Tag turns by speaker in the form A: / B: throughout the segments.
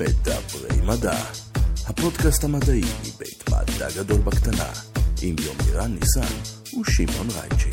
A: מדברי מדע, הפודקאסט המדעי מבית מדע גדול בקטנה, עם יומירן ניסן ושמעון רייצ'י.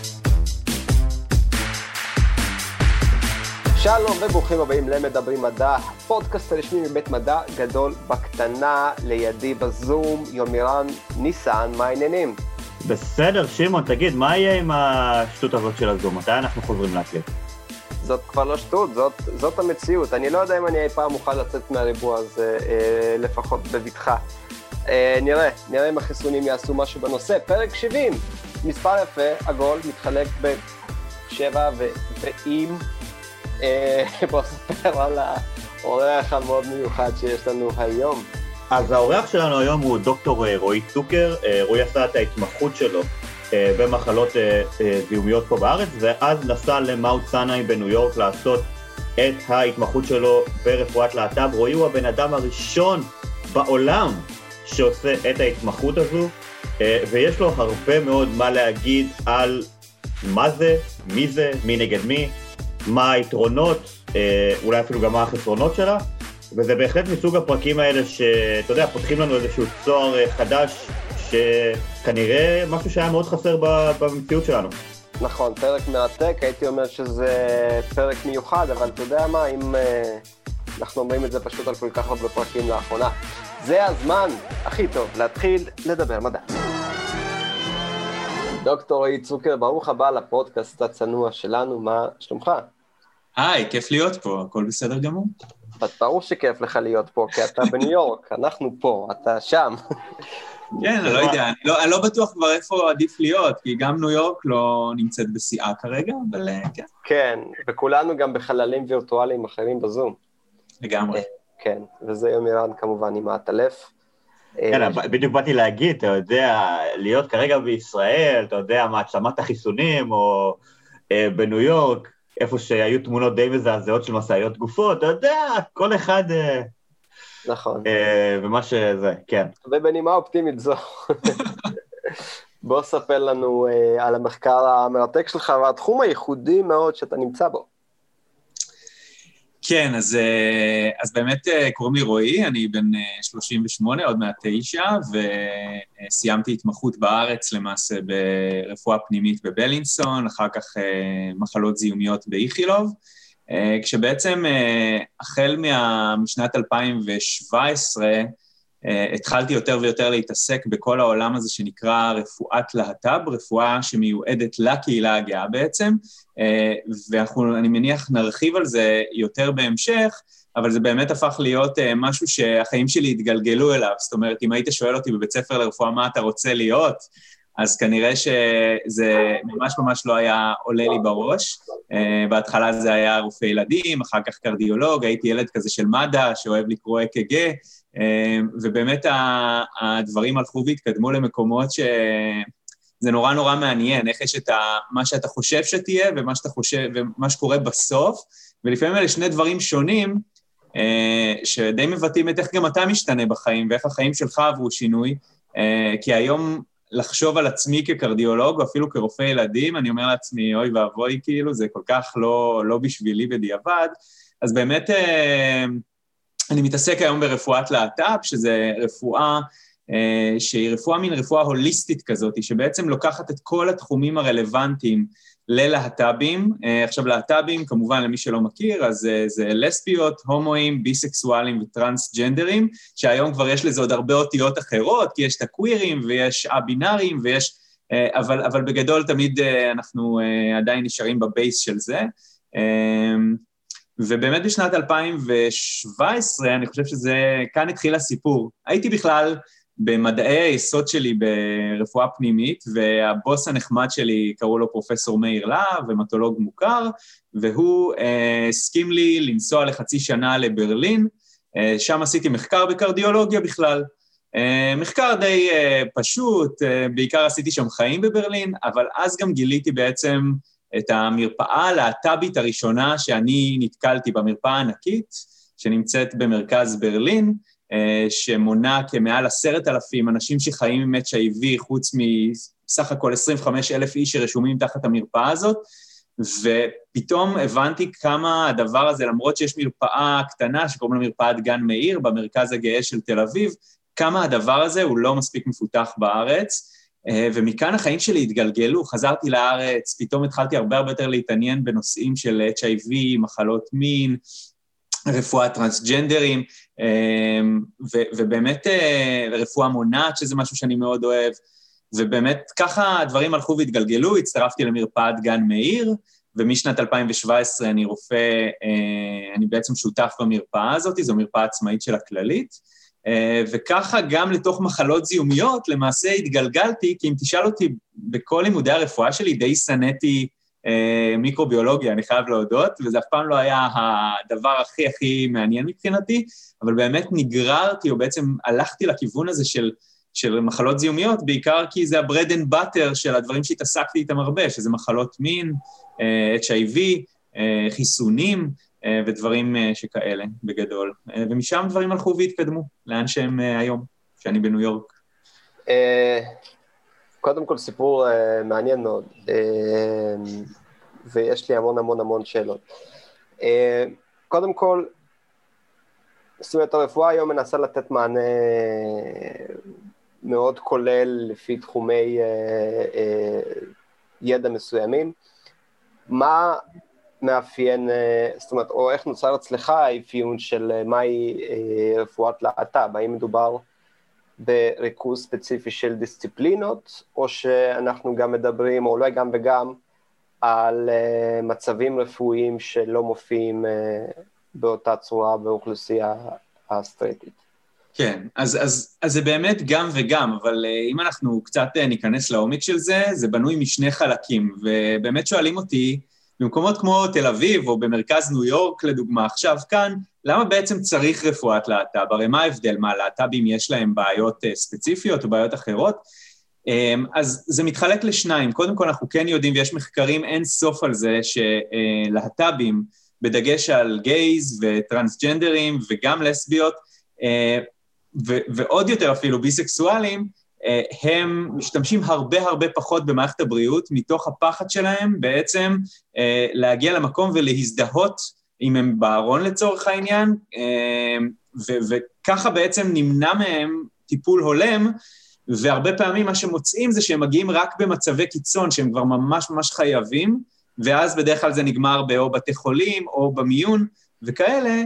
B: שלום וברוכים הבאים למדברי מדע, הפודקאסט הרשמי מבית מדע גדול בקטנה. לידי בזום יומירן ניסן, מה העניינים?
C: בסדר, שמעון, תגיד, מה יהיה עם השטות הזאת של הזום? מתי אנחנו חוזרים להקליט?
B: זאת כבר לא שטות, זאת המציאות. אני לא יודע אם אני אי פעם מוכן לצאת מהריבוע הזה, לפחות בבטחה. נראה אם החיסונים יעשו משהו בנושא. פרק 70, מספר יפה, עגול, מתחלק ב7 ועם. בוא ספר על האורח המאוד מיוחד שיש לנו היום.
C: אז האורח שלנו היום הוא דוקטור רועי צוקר. רועי עשה את ההתמחות שלו במחלות זיהומיות פה בארץ, ואז נסע למאונט סיני בניו יורק לעשות את ההתמחות שלו ברפואת להט"ב. רועי הוא הבן אדם הראשון בעולם שעושה את ההתמחות הזו, ויש לו הרבה מאוד מה להגיד על מה זה, מי זה, מי נגד מי, מה היתרונות, אולי אפילו גם מה החסרונות שלה, וזה בהחלט מסוג הפרקים האלה שאתה יודע, פותחים לנו איזשהו צוהר חדש, שכנראה משהו שהיה מאוד חסר במציאות שלנו.
B: נכון, פרק מרתק, הייתי אומר שזה פרק מיוחד, אבל אתה יודע מה, אם אנחנו אומרים את זה פשוט על כל כך הרבה פרקים לאחרונה, זה הזמן הכי טוב להתחיל לדבר מדע. דוקטור רועי צוקר, ברוך הבא לפודקאסט הצנוע שלנו, מה שלומך?
D: היי, כיף להיות פה, הכל בסדר גמור.
B: ברור שכיף לך להיות פה, כי אתה בניו יורק, אנחנו פה, אתה שם.
D: כן, אני לא יודע, אני לא בטוח כבר איפה עדיף להיות, כי גם ניו יורק לא נמצאת בשיאה כרגע, אבל כן.
B: כן, וכולנו גם בחללים וירטואליים אחרים בזום.
D: לגמרי.
B: כן, וזה יומירן כמובן עם העטלף.
C: כן, בדיוק באתי להגיד, אתה יודע, להיות כרגע בישראל, אתה יודע, מעצמת החיסונים, או בניו יורק, איפה שהיו תמונות די מזעזעות של מסעיות גופות, אתה יודע, כל אחד...
B: נכון.
C: ומה שזה, כן.
B: ובנימה אופטימית זו. בוא ספר לנו על המחקר המרתק שלך, והתחום הייחודי מאוד שאתה נמצא בו.
D: כן, אז באמת קוראים לי רועי, אני בן 38, עוד מעט 9, וסיימתי התמחות בארץ למעשה ברפואה פנימית בבלינסון, אחר כך מחלות זיהומיות באיכילוב, כשבעצם החל משנת 2017, התחלתי יותר ויותר להתעסק בכל העולם הזה שנקרא רפואת להט"ב, רפואה שמיועדת לקהילה הגאה בעצם, ואני מניח נרחיב על זה יותר בהמשך, אבל זה באמת הפך להיות משהו שהחיים שלי התגלגלו אליו. זאת אומרת, אם היית שואל אותי בבית ספר לרפואה מה אתה רוצה להיות, אז כנראה שזה ממש ממש לא היה עולה לי בראש. בהתחלה זה היה רופא ילדים, אחר כך קרדיולוג, הייתי ילד כזה של מד"א שאוהב לקרוא אק"ג, ובאמת הדברים הלכו והתקדמו למקומות שזה נורא נורא מעניין, איך יש את מה שאתה חושב שתהיה ומה שאתה חושב ומה שקורה בסוף, ולפעמים אלה שני דברים שונים שדי מבטאים את איך גם אתה משתנה בחיים ואיך החיים שלך עברו שינוי, כי היום לחשוב על עצמי כקרדיולוג או אפילו כרופא ילדים, אני אומר לעצמי אוי ואבוי, כאילו זה כל כך לא בשבילי בדיעבד, אז באמת אני מתעסק היום ברפואת להט"ב, שזה רפואה שהיא מין רפואה הוליסטית כזאת, שבעצם לוקחת את כל התחומים הרלוונטיים ללהט"בים. עכשיו להט"בים, כמובן למי שלא מכיר, אז זה לסביות, הומואים, ביסקסואלים וטרנסג'נדרים, שהיום כבר יש לזה עוד הרבה אותיות אחרות, כי יש את הקווירים ויש הבינארים ויש, אבל בגדול תמיד אנחנו עדיין נשארים בבייס של זה. ובאמת בשנת 2017, אני חושב כאן התחיל הסיפור. הייתי בכלל במדעי היסוד שלי ברפואה פנימית, והבוס הנחמד שלי קראו לו פרופסור מאיר להב, ומטולוג מוכר, והוא הסכים לי לנסוע לחצי שנה לברלין, שם עשיתי מחקר בקרדיולוגיה בכלל. מחקר די פשוט, בעיקר עשיתי שם חיים בברלין, אבל אז גם גיליתי בעצם את המרפאה הלהט"בית הראשונה שאני נתקלתי במרפאה הענקית, שנמצאת במרכז ברלין, שמונה כמעל 10,000 אנשים שחיים עם HIV, חוץ מסך הכל 25,000 איש שרשומים תחת המרפאה הזאת, ופתאום הבנתי כמה הדבר הזה, למרות שיש מרפאה קטנה שקוראים לה מרפאת גן מאיר, במרכז הגאה של תל אביב, כמה הדבר הזה הוא לא מספיק מפותח בארץ, ומכאן החיים שלי התגלגלו, חזרתי לארץ, פתאום התחלתי הרבה יותר להתעניין בנושאים של HIV, מחלות מין, רפואת טרנסג'נדרים, ובאמת רפואה מונעת, שזה משהו שאני מאוד אוהב, ובאמת ככה הדברים הלכו והתגלגלו, הצטרפתי למרפאת גן מאיר, ומשנת 2017 אני רופא, אני בעצם שותף במרפאה הזאת, זו מרפאה עצמאית של הכללית, וככה גם לתוך מחלות זיהומיות, למעשה התגלגלתי, כי אם תשאל אותי בכל לימודי הרפואה שלי, די סנתי מיקרוביולוגיה, אני חייב להודות, וזה אף פעם לא היה הדבר הכי מעניין מבחינתי, אבל באמת נגררתי, או בעצם הלכתי לכיוון הזה של מחלות זיהומיות, בעיקר כי זה ה-bread and butter של הדברים שהתעסקתי איתם הרבה, שזה מחלות מין, HIV, חיסונים, ודברים שכאלה בגדול. ומשם דברים הלכו והתקדמו, לאן שהם היום, שאני בניו יורק.
B: קודם כל סיפור מעניין מאוד, ויש לי המון שאלות. קודם כל, זאת אומרת, הרפואה היום מנסה לתת מענה מאוד כולל לפי תחומי ידע מסוימים. מה מאפיין, זאת אומרת, או איך נוצר אצלך האפיון של מהי רפואת להט"ב? האם מדובר בריכוז ספציפי של דיסציפלינות, או שאנחנו גם מדברים, או אולי גם וגם, על מצבים רפואיים שלא מופיעים באותה צורה באוכלוסייה הסטרייטית?
D: כן, אז זה באמת גם וגם, אבל אם אנחנו קצת ניכנס לעומק של זה, זה בנוי משני חלקים, ובאמת שואלים אותי, במקומות כמו תל אביב, או במרכז ניו יורק, לדוגמה, עכשיו כאן, למה בעצם צריך רפואת להט"ב? הרי מה ההבדל? מה, להט"בים יש להם בעיות ספציפיות או בעיות אחרות? אז זה מתחלק לשניים. קודם כל, אנחנו כן יודעים, ויש מחקרים אין סוף על זה, שלהט"בים, בדגש על גייז וטרנסג'נדרים וגם לסביות, ועוד יותר אפילו ביסקסואלים, הם משתמשים הרבה פחות במערכת הבריאות, מתוך הפחד שלהם בעצם להגיע למקום ולהזדהות אם הם בארון לצורך העניין, וככה בעצם נמנע מהם טיפול הולם, והרבה פעמים מה שמוצאים זה שהם מגיעים רק במצבי קיצון, שהם כבר ממש חייבים, ואז בדרך כלל זה נגמר או בתי חולים או במיון וכאלה,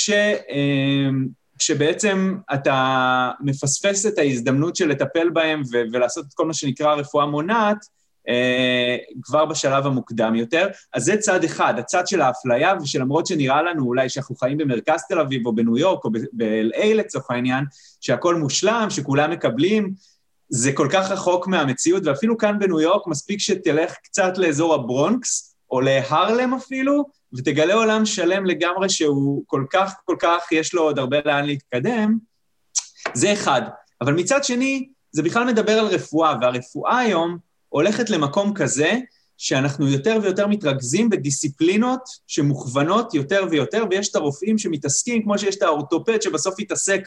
D: כשבעצם אתה מפספס את ההזדמנות של לטפל בהם ולעשות את כל מה שנקרא רפואה מונעת, כבר בשלב המוקדם יותר. אז זה צד אחד, הצד של האפליה, ושלמרות שנראה לנו אולי שאנחנו חיים במרכז תל אביב או בניו יורק או ב-LA לצורך העניין, שהכל מושלם, שכולם מקבלים, זה כל כך רחוק מהמציאות, ואפילו כאן בניו יורק מספיק שתלך קצת לאזור הברונקס, או להרלם אפילו, ותגלה עולם שלם לגמרי שהוא כל כך יש לו עוד הרבה לאן להתקדם. זה אחד. אבל מצד שני, זה בכלל מדבר על רפואה, והרפואה היום הולכת למקום כזה, שאנחנו יותר ויותר מתרכזים בדיסציפלינות שמוכוונות יותר ויותר, ויש את הרופאים שמתעסקים, כמו שיש את האורתופד שבסוף יתעסק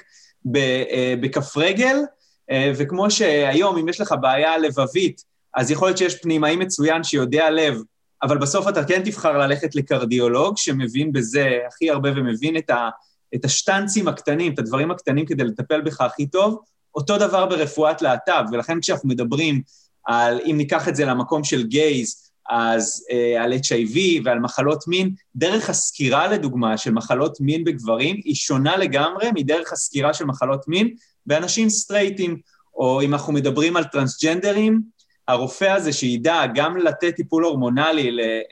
D: בכף רגל, וכמו שהיום אם יש לך בעיה לבבית, אז יכול להיות שיש פנימאי מצוין שיודע לב, אבל בסוף אתה כן תבחר ללכת לקרדיולוג שמבין בזה הכי הרבה ומבין את השטנצים הקטנים, את הדברים הקטנים כדי לטפל בך הכי טוב, אותו דבר ברפואת להט"ב, ולכן כשאנחנו מדברים על, אם ניקח את זה למקום של גייז, אז על HIV ועל מחלות מין, דרך הסקירה לדוגמה של מחלות מין בגברים, היא שונה לגמרי מדרך הסקירה של מחלות מין באנשים סטרייטים, או אם אנחנו מדברים על טרנסג'נדרים, הרופא הזה שידע גם לתת טיפול הורמונלי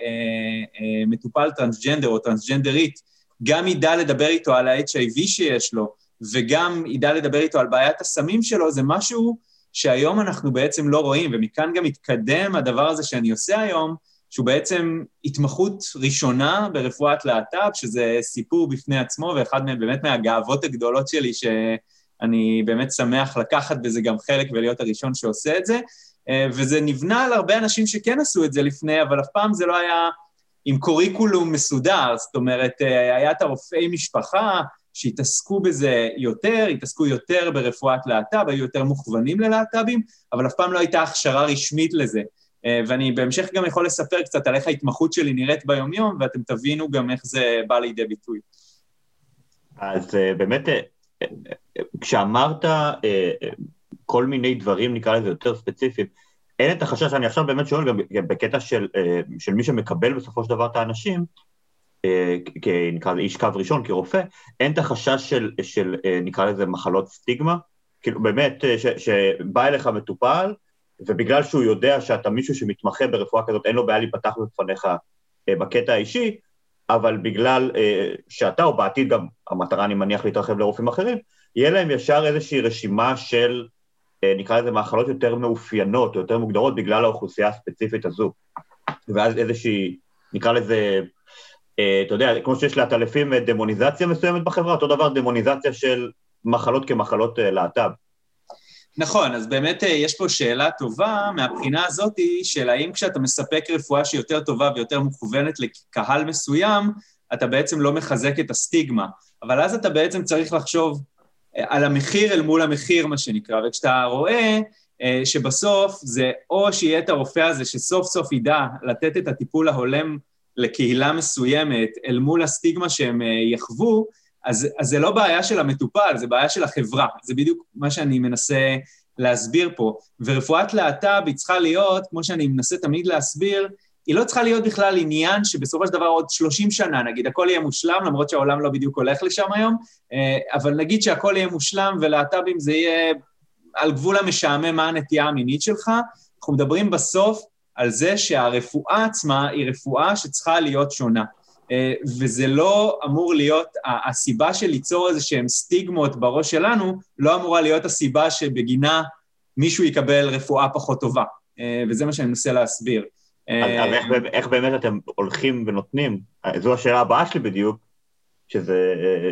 D: למטופל טרנסג'נדר או טרנסג'נדרית, גם ידע לדבר איתו על ה-HIV שיש לו, וגם ידע לדבר איתו על בעיית הסמים שלו, זה משהו שהיום אנחנו בעצם לא רואים, ומכאן גם מתקדם הדבר הזה שאני עושה היום, שהוא בעצם התמחות ראשונה ברפואת להט"ב, שזה סיפור בפני עצמו, ואחד מהם באמת מהגאוות הגדולות שלי, שאני באמת שמח לקחת בזה גם חלק ולהיות הראשון שעושה את זה, וזה נבנה על הרבה אנשים שכן עשו את זה לפני, אבל אף פעם זה לא היה עם קוריקולום מסודר, זאת אומרת, היה את הרופאי משפחה, שהתעסקו בזה יותר, התעסקו יותר ברפואת להט"ב, היו יותר מוכוונים ללהט"בים, אבל אף פעם לא הייתה הכשרה רשמית לזה. ואני בהמשך גם יכול לספר קצת על איך ההתמחות שלי נראית ביומיום, ואתם תבינו גם איך זה בא לידי ביטוי.
C: אז באמת, כשאמרת כל מיני דברים, נקרא לזה יותר ספציפיים, אין את החשש, אני עכשיו באמת שואל גם בקטע של מי שמקבל בסופו של דבר את האנשים, נקרא לזה איש קו ראשון, כרופא, אין את החשש של נקרא לזה מחלות סטיגמה, כאילו באמת שבא אליך מטופל, ובגלל שהוא יודע שאתה מישהו שמתמחה ברפואה כזאת, אין לו בעיה להיפתח בפניך בקטע האישי, אבל בגלל שאתה או בעתיד גם, המטרה אני מניח להתרחב לרופאים אחרים, יהיה להם ישר איזושהי רשימה של, נקרא לזה מחלות יותר מאופיינות, או יותר מוגדרות בגלל האוכלוסייה הספציפית הזו. ואז איזושהי, נקרא לזה, אתה יודע, כמו שיש לעטלפים דמוניזציה מסוימת בחברה, אותו דבר דמוניזציה של מחלות כמחלות להט"ב.
D: נכון, אז באמת יש פה שאלה טובה מהבחינה הזאת של האם כשאתה מספק רפואה שהיא יותר טובה ויותר מכוונת לקהל מסוים, אתה בעצם לא מחזק את הסטיגמה, אבל אז אתה בעצם צריך לחשוב על המחיר אל מול המחיר, מה שנקרא, וכשאתה רואה שבסוף זה או שיהיה את הרופא הזה שסוף סוף ידע לתת את הטיפול ההולם לקהילה מסוימת אל מול הסטיגמה שהם יחוו, אז זה לא בעיה של המטופל, זה בעיה של החברה, זה בדיוק מה שאני מנסה להסביר פה, ורפואת להט"ב היא צריכה להיות, כמו שאני מנסה תמיד להסביר, היא לא צריכה להיות בכלל עניין שבסופו של דבר עוד 30 שנה, נגיד, הכל יהיה מושלם, למרות שהעולם לא בדיוק הולך לשם היום, אבל נגיד שהכל יהיה מושלם, ולהט"בים זה יהיה על גבול המשעמם מה הנטייה המינית שלך, אנחנו מדברים בסוף על זה שהרפואה עצמה היא רפואה שצריכה להיות שונה. וזה לא אמור להיות, הסיבה של ליצור איזה שהם סטיגמות בראש שלנו, לא אמורה להיות הסיבה שבגינה מישהו יקבל רפואה פחות טובה, וזה מה שאני מנסה להסביר.
C: אז איך באמת אתם הולכים ונותנים? זו השאלה הבאה שלי בדיוק, שזה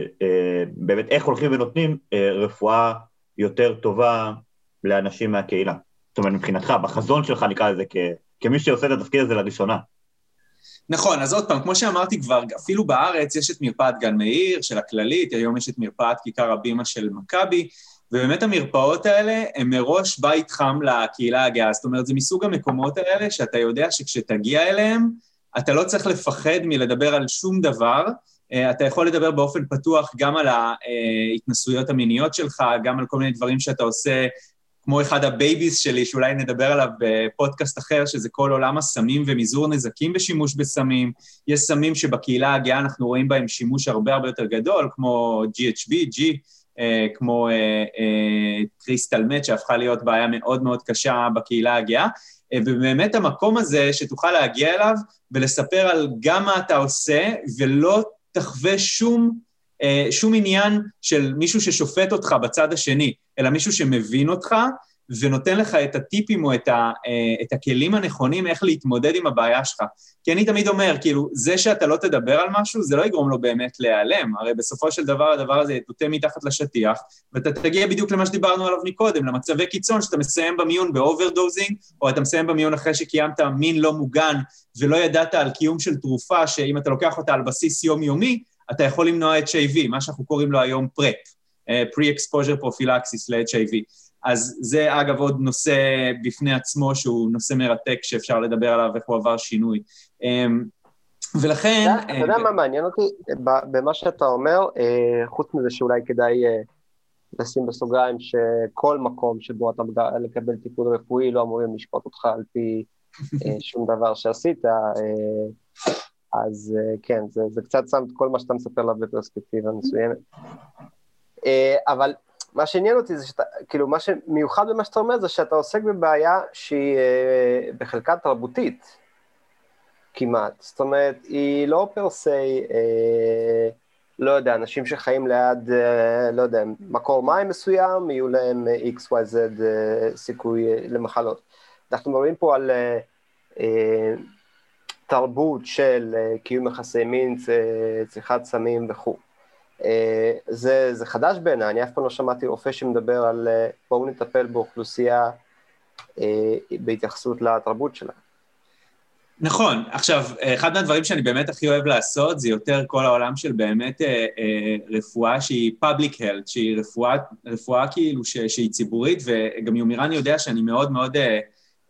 C: באמת איך הולכים ונותנים רפואה יותר טובה לאנשים מהקהילה. זאת אומרת, מבחינתך, בחזון שלך נקרא לזה כמי שעושה את התפקיד הזה לראשונה.
D: נכון, אז עוד פעם, כמו שאמרתי כבר, אפילו בארץ יש את מרפאת גן מאיר של הכללית, היום יש את מרפאת כיכר הבימה של מכבי, ובאמת המרפאות האלה הם מראש בית חם לקהילה הגאה, זאת אומרת, זה מסוג המקומות האלה שאתה יודע שכשתגיע אליהם, אתה לא צריך לפחד מלדבר על שום דבר, אתה יכול לדבר באופן פתוח גם על ההתנסויות המיניות שלך, גם על כל מיני דברים שאתה עושה, כמו אחד הבייביס שלי, שאולי נדבר עליו בפודקאסט אחר, שזה כל עולם הסמים ומזעור נזקים בשימוש בסמים. יש סמים שבקהילה הגאה אנחנו רואים בהם שימוש הרבה הרבה יותר גדול, כמו GHB, כמו קריסטל מט, שהפכה להיות בעיה מאוד מאוד קשה בקהילה הגאה, ובאמת המקום הזה שתוכל להגיע אליו ולספר על גם מה אתה עושה, ולא תחווה שום עניין של מישהו ששופט אותך בצד השני, אלא מישהו שמבין אותך ונותן לך את הטיפים או את הכלים הנכונים איך להתמודד עם הבעיה שלך. כי אני תמיד אומר, כאילו, זה שאתה לא תדבר על משהו, זה לא יגרום לו באמת להיעלם. הרי בסופו של דבר, הדבר הזה יטוטה מתחת לשטיח, ואתה תגיע בדיוק למה שדיברנו עליו מקודם, למצבי קיצון שאתה מסיים במיון באוברדוזינג, או אתה מסיים במיון אחרי שקיימת מין לא מוגן, ולא ידעת על קיום של תרופה, שאם אתה לוקח אותה על בסיס יומיומי, אתה יכול למנוע HIV, מה שאנחנו קוראים לו היום PrEP, Pre-Exposure Prophylaxis ל-HIV. אז זה אגב עוד נושא בפני עצמו, שהוא נושא מרתק שאפשר לדבר עליו איך הוא עבר שינוי. ולכן...
B: אתה יודע מה מעניין אותי? במה שאתה אומר, חוץ מזה שאולי כדאי לשים בסוגריים, שכל מקום שבו אתה לקבל טיפול רפואי, לא אמורים לשפוט אותך על פי שום דבר שעשית, אז כן, זה קצת שם את כל מה שאתה מספר לה בפרספקטיבה מסוימת. אבל מה שעניין אותי זה שאתה, כאילו מה שמיוחד במה שאתה אומר זה שאתה עוסק בבעיה שהיא בחלקה תרבותית, כמעט. זאת אומרת, היא לא פרסי, לא יודע, אנשים שחיים ליד, לא יודע, מקור מים מסוים, יהיו להם XYZ סיכוי למחלות. אנחנו מדברים פה על תרבות של קיום יחסי מין, צריכת סמים וכו'. זה חדש בעיניי, אני אף פעם לא שמעתי רופא שמדבר על בואו נטפל באוכלוסייה בהתייחסות לתרבות שלה.
D: נכון, עכשיו, אחד מהדברים שאני באמת הכי אוהב לעשות, זה יותר כל העולם של באמת רפואה שהיא public health, שהיא רפואה כאילו שהיא ציבורית, וגם יומירן יודע שאני מאוד מאוד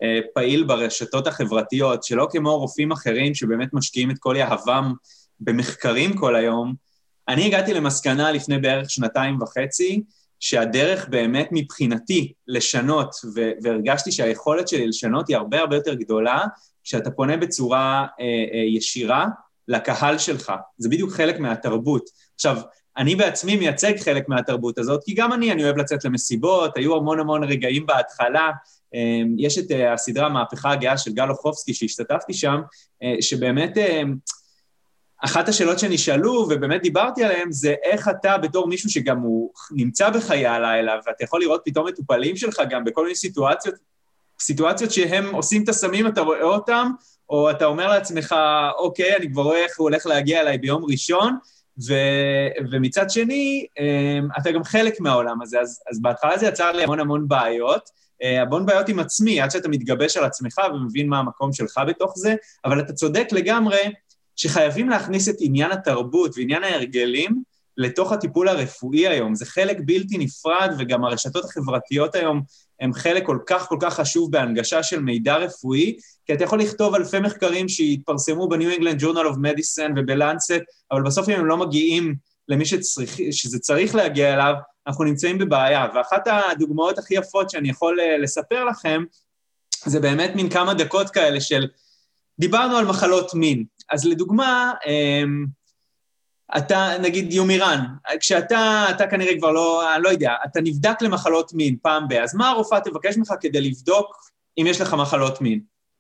D: פעיל ברשתות החברתיות, שלא כמו רופאים אחרים שבאמת משקיעים את כל יהבם במחקרים כל היום, אני הגעתי למסקנה לפני בערך 2.5, שהדרך באמת מבחינתי לשנות, והרגשתי שהיכולת שלי לשנות היא הרבה הרבה יותר גדולה, כשאתה פונה בצורה ישירה לקהל שלך. זה בדיוק חלק מהתרבות. עכשיו, אני בעצמי מייצג חלק מהתרבות הזאת, כי גם אני אוהב לצאת למסיבות, היו המון רגעים בהתחלה, יש את הסדרה המהפכה הגאה של גל אוחובסקי שהשתתפתי שם, שבאמת אחת השאלות שנשאלו, ובאמת דיברתי עליהם, זה איך אתה בתור מישהו שגם הוא נמצא בחיי הלילה, ואתה יכול לראות פתאום מטופלים שלך גם בכל מיני סיטואציות שהם עושים את הסמים, אתה רואה אותם, או אתה אומר לעצמך, אוקיי, אני כבר רואה איך הוא הולך להגיע אליי ביום ראשון, ומצד שני, אתה גם חלק מהעולם הזה, אז בהתחלה זה יצר לי המון בעיות, המון בעיות עם עצמי, עד שאתה מתגבש על עצמך ומבין מה המקום שלך בתוך זה, אבל אתה צודק לגמרי שחייבים להכניס את עניין התרבות ועניין ההרגלים לתוך הטיפול הרפואי היום. זה חלק בלתי נפרד, וגם הרשתות החברתיות היום הם חלק כל כך חשוב בהנגשה של מידע רפואי, כי אתה יכול לכתוב אלפי מחקרים שהתפרסמו ב-New England Journal of Medicine ובלנסט, אבל בסוף אם הם לא מגיעים למי שזה צריך להגיע אליו, אנחנו נמצאים בבעיה. ואחת הדוגמאות הכי יפות שאני יכול לספר לכם, זה באמת מין כמה דקות כאלה של, דיברנו על מחלות מין. אז לדוגמה, אתה, נגיד יומירן, כשאתה כנראה כבר לא יודע, אתה נבדק למחלות מין פעם ב, אז מה הרופאה תבקש ממך כדי לבדוק אם יש לך מחלות מין?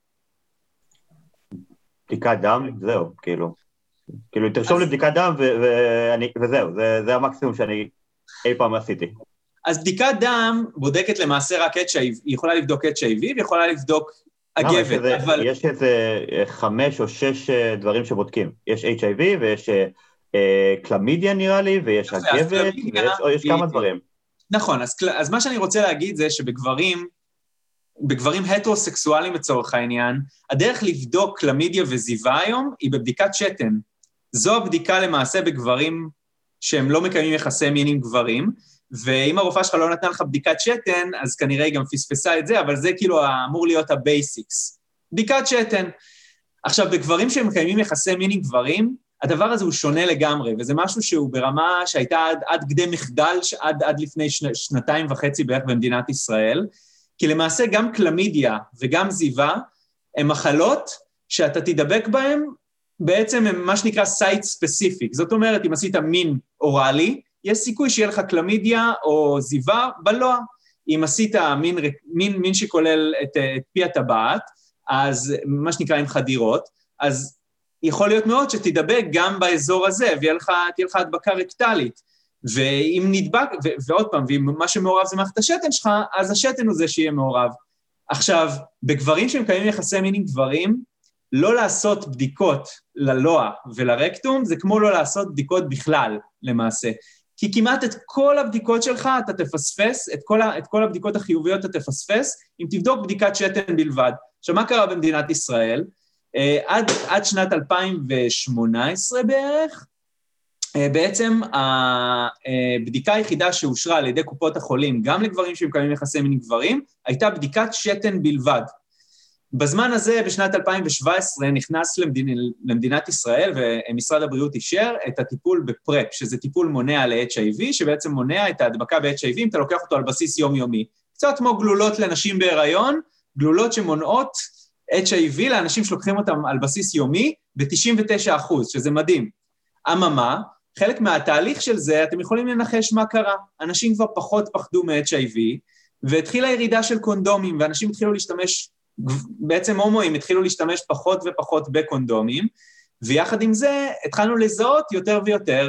C: בדיקת דם, זהו, כאילו תרשום לי בדיקת דם וזהו, זה המקסימום שאני אי פעם עשיתי.
D: אז בדיקת דם בודקת למעשה רק HIV, היא יכולה לבדוק HIV ויכולה לבדוק הגבת, אבל...
C: יש איזה 5 או 6 דברים שבודקים, יש HIV ויש קלמידיה נראה לי, ויש הגבת, ויש כמה דברים.
D: נכון, אז מה שאני רוצה להגיד זה שבגברים הטרוסקסואליים לצורך העניין, הדרך לבדוק קלמידיה וזיבה היום היא בבדיקת שתן. זו הבדיקה למעשה בגברים שהם לא מקיימים יחסי מין עם גברים, ואם הרופאה שלך לא נתנה לך בדיקת שתן, אז כנראה היא גם פספסה את זה, אבל זה כאילו אמור להיות הבייסיקס. בדיקת שתן. עכשיו, בגברים שהם מקיימים יחסי מין עם גברים, הדבר הזה הוא שונה לגמרי, וזה משהו שהוא ברמה שהייתה עד כדי מחדל, עד לפני 2.5 בערך במדינת ישראל, כי למעשה גם קלמידיה וגם זיבה, הם מחלות שאתה תדבק בהם, בעצם הם מה שנקרא סייט ספציפיק, זאת אומרת, אם עשית מין אוראלי, יש סיכוי שיהיה לך קלמידיה או זיבה בלוע. אם עשית מין שכולל את פי הטבעת, אז מה שנקרא עם חדירות, אז יכול להיות מאוד שתדבק גם באזור הזה, ותהיה לך הדבקה רקטלית. ואם נדבק, ועוד פעם, ואם מה שמעורב זה מערכת השתן שלך, אז השתן הוא זה שיהיה מעורב. עכשיו, בגברים שמקיימים יחסי מין עם גברים, לא לעשות בדיקות ללוע ולרקטום, זה כמו לא לעשות בדיקות בכלל, למעשה. כי כמעט את כל הבדיקות שלך אתה תפספס, את כל הבדיקות החיוביות אתה תפספס, אם תבדוק בדיקת שתן בלבד. עכשיו, מה קרה במדינת ישראל? עד שנת 2018 בערך, בעצם הבדיקה היחידה שאושרה על ידי קופות החולים, גם לגברים שמקיימים יחסי מין עם גברים, הייתה בדיקת שתן בלבד. בזמן הזה, בשנת 2017, נכנס למדינת ישראל, ומשרד הבריאות אישר את הטיפול בפרפ, שזה טיפול מונע ל-HIV, שבעצם מונע את ההדבקה ב-HIV, אם אתה לוקח אותו על בסיס יומיומי. קצת כמו גלולות לנשים בהיריון, גלולות שמונעות HIV לאנשים שלוקחים אותם על בסיס יומי, ב-99%, שזה מדהים. אממה, חלק מהתהליך של זה, אתם יכולים לנחש מה קרה. אנשים כבר פחות פחדו מ-HIV, והתחילה ירידה של קונדומים, ואנשים התחילו להשתמש, בעצם הומואים התחילו להשתמש פחות ופחות בקונדומים, ויחד עם זה התחלנו לזהות יותר ויותר,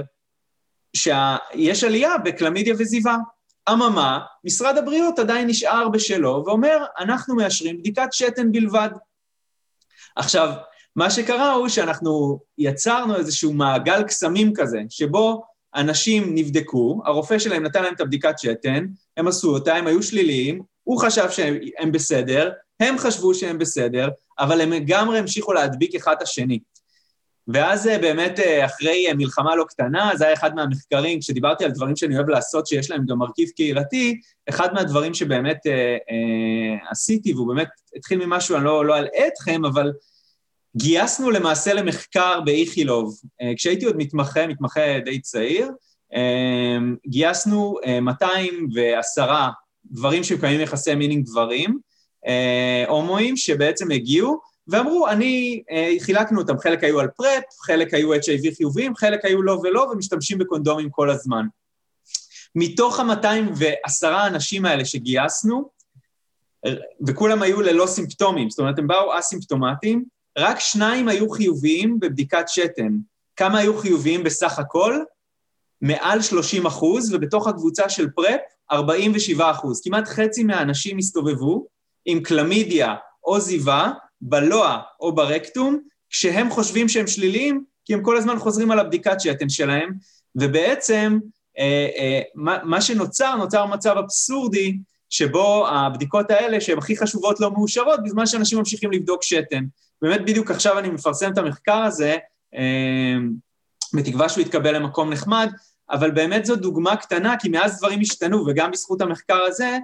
D: שיש עלייה בקלמידיה וזיבה. אממה, משרד הבריאות עדיין נשאר בשלו, ואומר, אנחנו מאשרים בדיקת שתן בלבד. עכשיו, מה שקרה הוא שאנחנו יצרנו איזשהו מעגל קסמים כזה, שבו אנשים נבדקו, הרופא שלהם נתן להם את הבדיקת שתן, הם עשו אותה, הם היו שליליים, הוא חשב שהם בסדר, הם חשבו שהם בסדר, אבל הם לגמרי המשיכו להדביק אחד השני. ואז באמת אחרי מלחמה לא קטנה, זה היה אחד מהמחקרים, כשדיברתי על דברים שאני אוהב לעשות, שיש להם גם מרכיב קהילתי, אחד מהדברים שבאמת עשיתי, והוא באמת התחיל ממשהו, אני לא אלאה אתכם, אבל גייסנו למעשה למחקר באיכילוב, כשהייתי עוד מתמחה די צעיר, גייסנו 210 דברים שקיימים יחסי מין עם גברים, הומואים שבעצם הגיעו, ואמרו, חילקנו אותם, חלק היו על פרפ, חלק היו HIV חיוביים, חלק היו לא ולא, ומשתמשים בקונדומים כל הזמן. מתוך 210 אנשים האלה שגייסנו, וכולם היו ללא סימפטומים, זאת אומרת, הם באו אסימפטומטיים, רק 2 היו חיוביים בבדיקת שתן. כמה היו חיוביים בסך הכל? מעל 30%, ובתוך הקבוצה של פרפ, 47%. כמעט חצי מהאנשים הסתובבו עם קלמידיה או זיווה, בלוע או ברקטום, כשהם חושבים שהם שליליים, כי הם כל הזמן חוזרים על הבדיקת שתן שלהם, ובעצם מה שנוצר, נוצר מצב אבסורדי, שבו הבדיקות האלה, שהן הכי חשובות לא מאושרות, בזמן שאנשים ממשיכים לבדוק שתן. באמת בדיוק עכשיו אני מפרסם את המחקר הזה, בתקווה שהוא יתקבל למקום נחמד, אבל באמת זו דוגמה קטנה, כי מאז דברים השתנו, וגם בזכות המחקר הזה,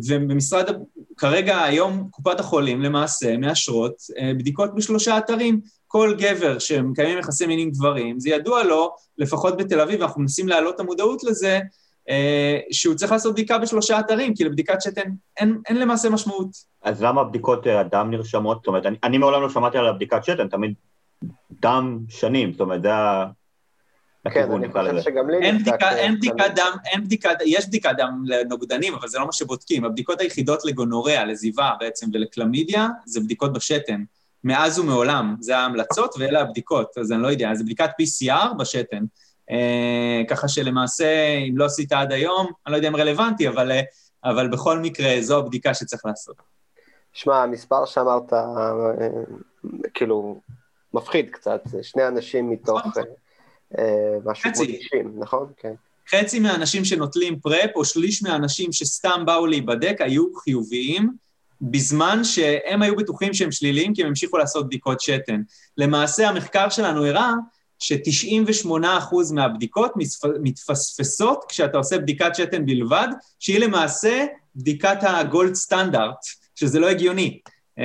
D: כרגע היום קופת החולים למעשה מאשרות בדיקות ב3 אתרים, כל גבר שמקיימים יחסי מין עם גברים, זה ידוע לו, לפחות בתל אביב, אנחנו מנסים להעלות את המודעות לזה, שהוא צריך לעשות בדיקה ב3 אתרים, כי לבדיקת שתן אין למעשה משמעות.
C: אז למה בדיקות דם נרשמות? זאת אומרת, אני מעולם לא שמעתי על הבדיקת שתן, תמיד דם שנים, זאת אומרת, זה
B: כן, אני חושב שגם לי
D: אין בדיקת, יש בדיקת דם לנוגדנים, אבל זה לא מה שבודקים. הבדיקות היחידות לגונוריה, לזיווה בעצם ולקלמידיה, זה בדיקות בשתן. מאז ומעולם, זה ההמלצות ואלה הבדיקות. אז אני לא יודע, זה בדיקת PCR בשתן. ככה שלמעשה, אם לא עשית עד היום, אני לא יודע אם רלוונטי, אבל בכל מקרה, זו הבדיקה שצריך לעשות.
B: שמע, המספר שאמרת, כאילו, מפחיד קצת, זה 2 אנשים מתוך משהו כמו 90, נכון? כן.
D: חצי מהאנשים שנוטלים פרפ, או שליש מהאנשים שסתם באו להיבדק, היו חיוביים, בזמן שהם היו בטוחים שהם שליליים, כי הם המשיכו לעשות בדיקות שתן. למעשה, המחקר שלנו הראה, ש98% מהבדיקות מתפספסות כשאתה עושה בדיקת שתן בלבד, שהיא למעשה בדיקת הגולד סטנדרט, שזה לא הגיוני.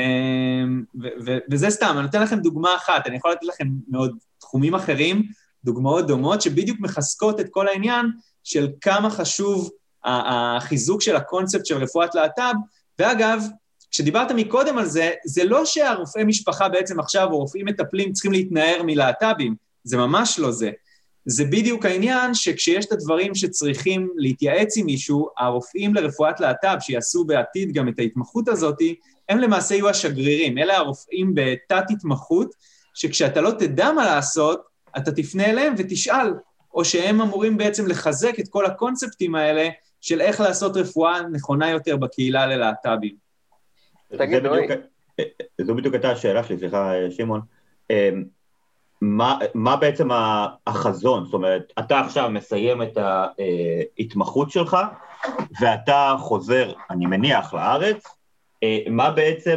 D: וזה סתם, אני נותן לכם דוגמה אחת, אני יכול לתת לכם מאוד תחומים אחרים, דוגמאות דומות, שבדיוק מחזקות את כל העניין של כמה חשוב החיזוק של הקונספט של רפואת להט"ב, ואגב, כשדיברת מקודם על זה, זה לא שהרופאי משפחה בעצם עכשיו, או רופאים מטפלים, צריכים להתנער מלהט"בים, זה ממש לא זה. זה בדיוק העניין שכשיש את הדברים שצריכים להתייעץ עם מישהו, הרופאים לרפואת להט"ב, שיעשו בעתיד גם את ההתמחות הזאת, הם למעשה יהיו השגרירים, אלה הרופאים בתת התמחות, שכשאתה לא תדע מה לעשות, אתה תפנה אליהם ותשאל, או שהם אמורים בעצם לחזק את כל הקונספטים האלה, של איך לעשות רפואה נכונה יותר בקהילה ללהט"בים.
C: זו בדיוק הייתה השאלה שלי, סליחה שמעון, מה בעצם החזון? זאת אומרת, אתה עכשיו מסיים את ההתמחות שלך, ואתה חוזר, אני מניח, לארץ, מה בעצם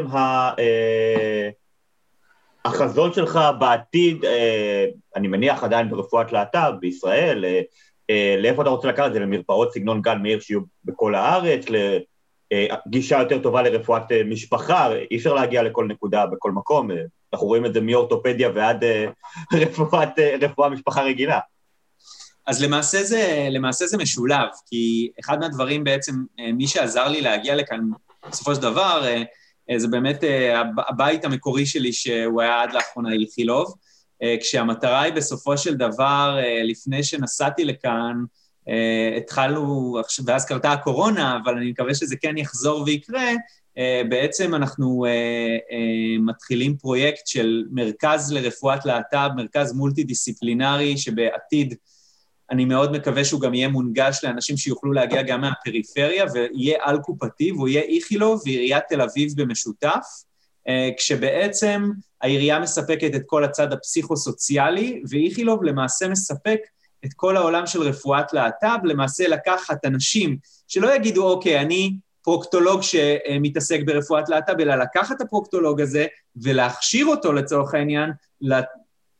C: החזון שלך בעתיד, אני מניח עדיין ברפואת להט"ב בישראל, לאיפה אתה רוצה לקחת את זה? למרפאות סגנון גל מאיר שיהיו בכל הארץ, לגישה יותר טובה לרפואת משפחה, אי אפשר להגיע לכל נקודה בכל מקום, אנחנו רואים את זה מאורתופדיה ועד רפואה משפחה רגילה.
D: אז למעשה זה משולב, כי אחד מהדברים בעצם, מי שעזר לי להגיע לכאן בסופו של דבר, זה באמת הבית המקורי שלי שהוא היה עד לאחרונה איכילוב, כשהמטרה היא בסופו של דבר, לפני שנסעתי לכאן, התחלנו, ואז קרתה הקורונה, אבל אני מקווה שזה כן יחזור ויקרה, בעצם אנחנו מתחילים פרויקט של מרכז לרפואת להט"ב, מרכז מולטי-דיסציפלינרי, שבעתיד אני מאוד מקווה שהוא גם יהיה מונגש לאנשים שיוכלו להגיע גם מהפריפריה, ויהיה על קופתי, והוא יהיה איכילוב ועיריית תל אביב במשותף, כשבעצם העירייה מספקת את כל הצד הפסיכוסוציאלי, ואיכילוב למעשה מספק את כל העולם של רפואת להט"ב, למעשה לקחת אנשים שלא יגידו, אוקיי, אני פרוקטולוג שמתעסק ברפואת להט"ב, אלא לקחת את הפרוקטולוג הזה ולהכשיר אותו לצורך העניין,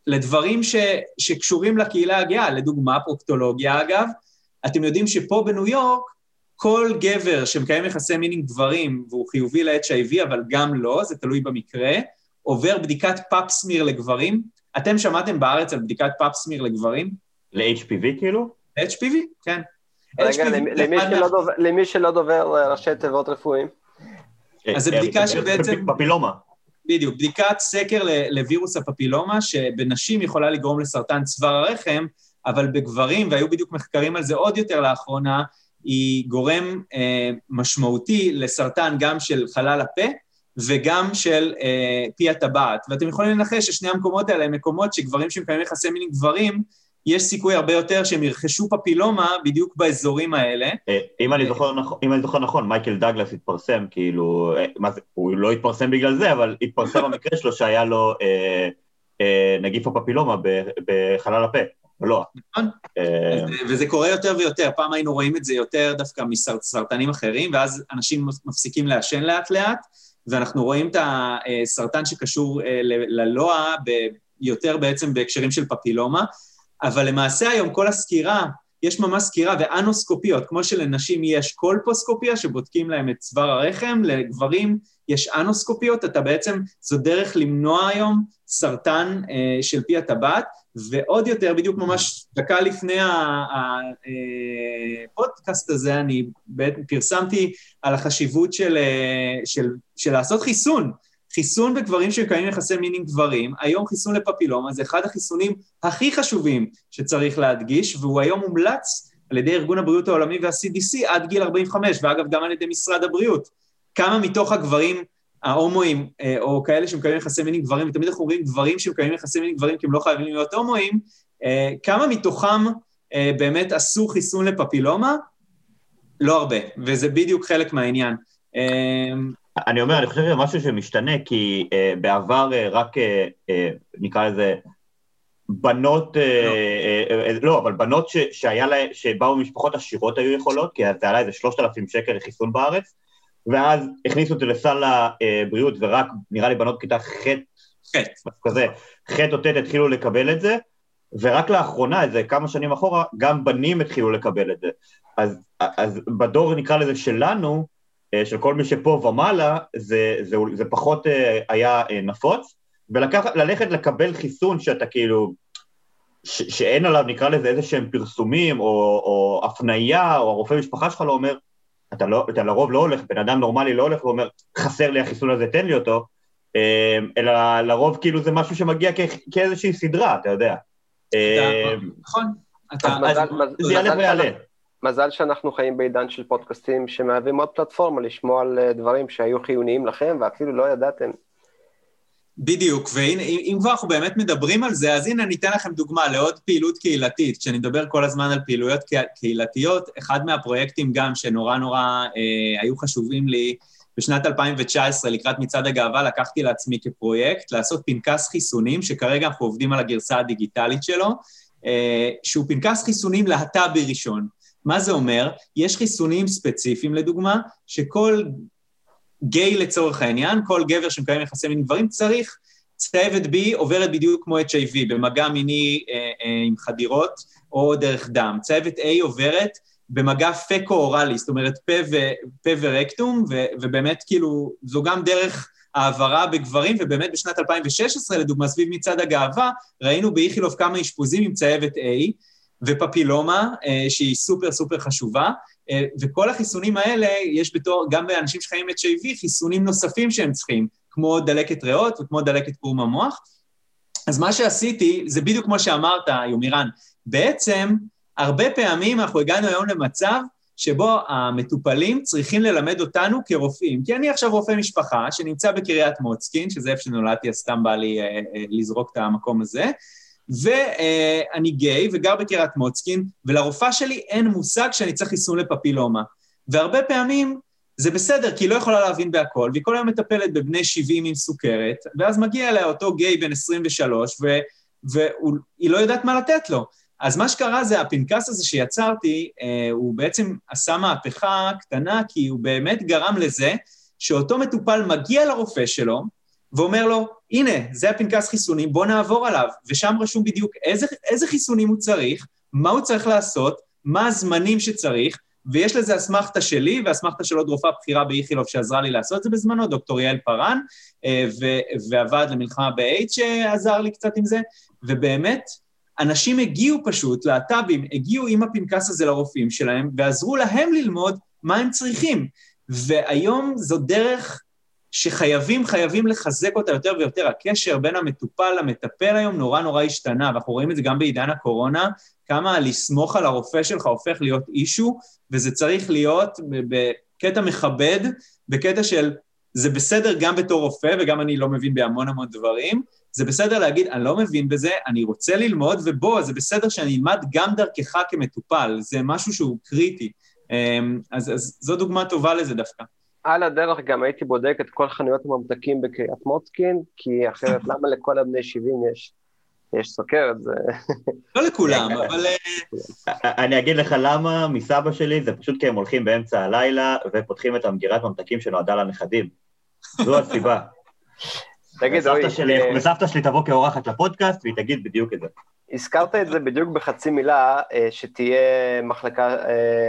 D: לדברים שקשורים לקהילה הגאה, לדוגמה פרוקטולוגיה אגב, אתם יודעים שפה בניו יורק, כל גבר שמקיים יחסי מין עם גברים, והוא חיובי ל-HIV, אבל גם לא, זה תלוי במקרה, עובר בדיקת פאפסמיר לגברים. אתם שמעתם בארץ על בדיקת פאפסמיר לגברים?
C: ל-HPV כאילו?
D: ל-HPV, כן.
B: רגע, למי שלא דובר ראשי תיבות רפואיים.
D: אז זה בדיקה שבעצם...
C: פפילומה.
D: בדיוק, בדיקת סקר לווירוס הפפילומה, שבנשים יכולה לגרום לסרטן צוואר הרחם, אבל בגברים, והיו בדיוק מחקרים על זה עוד יותר לאחרונה, היא גורם משמעותי לסרטן גם של חלל הפה, וגם של פי הטבעת. ואתם יכולים לנחש ששני המקומות האלה הם מקומות שגברים שמקיימים יחסי מין עם גברים, יש סיכוי הרבה יותר שהם ירכשו פפילומה בדיוק באזורים האלה.
C: אם אני זוכר נכון, מייקל דאגלס התפרסם, כאילו, הוא לא התפרסם בגלל זה, אבל התפרסם המקרה שלו שהיה לו נגיף הפפילומה בחלל הפה. לא.
D: נכון, וזה קורה יותר ויותר, פעם היינו רואים את זה יותר דווקא מסרטנים אחרים, ואז אנשים מפסיקים לעשן לאט לאט, ואנחנו רואים את הסרטן שקשור ללוע, יותר בעצם בהקשרים של פפילומה, אבל למעשה היום כל הסקירה, יש ממש סקירה ואנוסקופיות, כמו שלנשים יש קולפוסקופיה, שבודקים להם את צוואר הרחם, לגברים יש אנוסקופיות, אתה בעצם, זו דרך למנוע היום סרטן של פי הטבעת, ועוד יותר, בדיוק ממש דקה לפני הפודקאסט הזה, אני פרסמתי על החשיבות של לעשות חיסון בגברים שקיימים יחסי מין עם גברים, היום חיסון לפפילומה, זה אחד החיסונים הכי חשובים שצריך להדגיש, והוא היום מומלץ על ידי ארגון הבריאות העולמי וה-CDC עד גיל 45, ואגב גם על ידי משרד הבריאות. כמה מתוך הגברים ההומואים, או כאלה שמקיימים יחסי מין עם גברים, ותמיד אנחנו אומרים גברים שמקיימים יחסי מין עם גברים, כי הם לא חייבים להיות הומואים, כמה מתוכם באמת עשו חיסון לפפילומה? לא הרבה, וזה בדיוק חלק מהעניין.
C: אני אומר, אני חושב שזה משהו שמשתנה, כי בעבר רק, נקרא לזה, בנות, לא, אבל בנות שבאו ממשפחות עשירות היו יכולות, כי זה עלה איזה 3,000 שקל לחיסון בארץ, ואז הכניסו את זה לסל הבריאות, ורק נראה לי בנות כיתה ח' או ט' התחילו לקבל את זה, ורק לאחרונה, איזה כמה שנים אחורה, גם בנים התחילו לקבל את זה. אז בדור נקרא לזה שלנו, של כל מי שפה ומעלה, זה פחות היה נפוץ, וללכת לקבל חיסון שאתה כאילו, שאין עליו נקרא לזה איזה שהם פרסומים, או הפנייה, או הרופא משפחה שלך לא אומר, אתה לרוב לא הולך, בן אדם נורמלי לא הולך ואומר, חסר לי החיסון הזה, תן לי אותו, אלא לרוב כאילו זה משהו שמגיע כאיזושהי סדרה, אתה יודע.
D: נכון.
C: זה יעלה ויעלה.
B: מזל שאנחנו חיים בעידן של פודקאסטים שמהווים עוד פלטפורמה לשמוע על דברים שהיו חיוניים לכם ואפילו לא ידעתם.
D: בדיוק, והנה, אם כבר אנחנו באמת מדברים על זה, אז הנה אני אתן לכם דוגמה לעוד פעילות קהילתית. כשאני מדבר כל הזמן על פעילויות קהילתיות, אחד מהפרויקטים גם שנורא היו חשובים לי, בשנת 2019 לקראת מצעד הגאווה לקחתי לעצמי כפרויקט, לעשות פנקס חיסונים, שכרגע אנחנו עובדים על הגרסה הדיגיטלית שלו, שהוא פנקס חיסונים להט"בי ראשון. מה זה אומר? יש חיסונים ספציפיים לדוגמה, שכל גיי לצורך העניין, כל גבר שמקיים יחסי מין גברים צריך, צהבת B עוברת בדיוק כמו HIV, במגע מיני עם חדירות או דרך דם. צהבת A עוברת במגע פקו-אורלי, זאת אומרת פה ורקטום, ובאמת כאילו זו גם דרך העברה בגברים, ובאמת בשנת 2016, לדוגמה סביב מצעד הגאווה, ראינו באיכילוב כמה אשפוזים עם צהבת A, ופפילומה, שהיא סופר סופר חשובה, וכל החיסונים האלה, יש בתור, גם באנשים שחיים HIV, חיסונים נוספים שהם צריכים, כמו דלקת ריאות וכמו דלקת קרום המוח. אז מה שעשיתי, זה בדיוק כמו שאמרת, יומירן, בעצם, הרבה פעמים אנחנו הגענו היום למצב, שבו המטופלים צריכים ללמד אותנו כרופאים, כי אני עכשיו רופא משפחה, שנמצא בקריית מוצקין, שזה איפה שנולדתי, אז סתם בא לי לזרוק את המקום הזה, ואני גיי וגר בקריית מוצקין, ולרופאה שלי אין מושג שאני צריך חיסון לפפילומה. והרבה פעמים זה בסדר, כי היא לא יכולה להבין בהכל, והיא כל היום מטפלת בבני 70 עם סוכרת, ואז מגיע אליה אותו גיי בן 23, והיא לא יודעת מה לתת לו. אז מה שקרה זה, הפנקס הזה שיצרתי, הוא בעצם עשה מהפכה קטנה, כי הוא באמת גרם לזה, שאותו מטופל מגיע לרופא שלו, ואומר לו, הנה, זה הפנקס חיסונים, בוא נעבור עליו, ושם רשום בדיוק איזה חיסונים הוא צריך, מה הוא צריך לעשות, מה הזמנים שצריך, ויש לזה אסמכתה שלי, ואסמכתה של עוד רופאה בחירה באיכילוב שעזרה לי לעשות את זה בזמנו, דוקטור יעל פרן, והוועד למלחמה באיידס שעזר לי קצת עם זה, ובאמת, אנשים הגיעו פשוט, להט"בים, הגיעו עם הפנקס הזה לרופאים שלהם, ועזרו להם ללמוד מה הם צריכים. והיום זו דרך חייבים לחזק אותה יותר ויותר. הקשר בין המטופל למטפל היום נורא השתנה, ואנחנו רואים את זה גם בעידן הקורונה, כמה לסמוך על הרופא שלך הופך להיות אישו, וזה צריך להיות בקטע מכבד, בקטע של זה בסדר גם בתור רופא, וגם אני לא מבין בהמון דברים, זה בסדר להגיד, אני לא מבין בזה, אני רוצה ללמוד, ובוא, זה בסדר שאני אלמד גם דרכך כמטופל, זה משהו שהוא קריטי. אז זו דוגמה טובה לזה דווקא.
B: על הדרך גם הייתי בודק את כל חנויות הממתקים בקריית מוצקין, כי אחרת למה לכל הבני 70 יש סוכרת?
D: לא לכולם, אבל...
C: אני אגיד לך למה, מסבא שלי, זה פשוט כי הם הולכים באמצע הלילה, ופותחים את המגירת ממתקים שנועדה לנכדים. זו הסיבה. וסבתא שלי תבוא כאורחת לפודקאסט, והיא תגיד בדיוק את זה.
B: הזכרת את זה בדיוק בחצי מילה, שתהיה מחלקה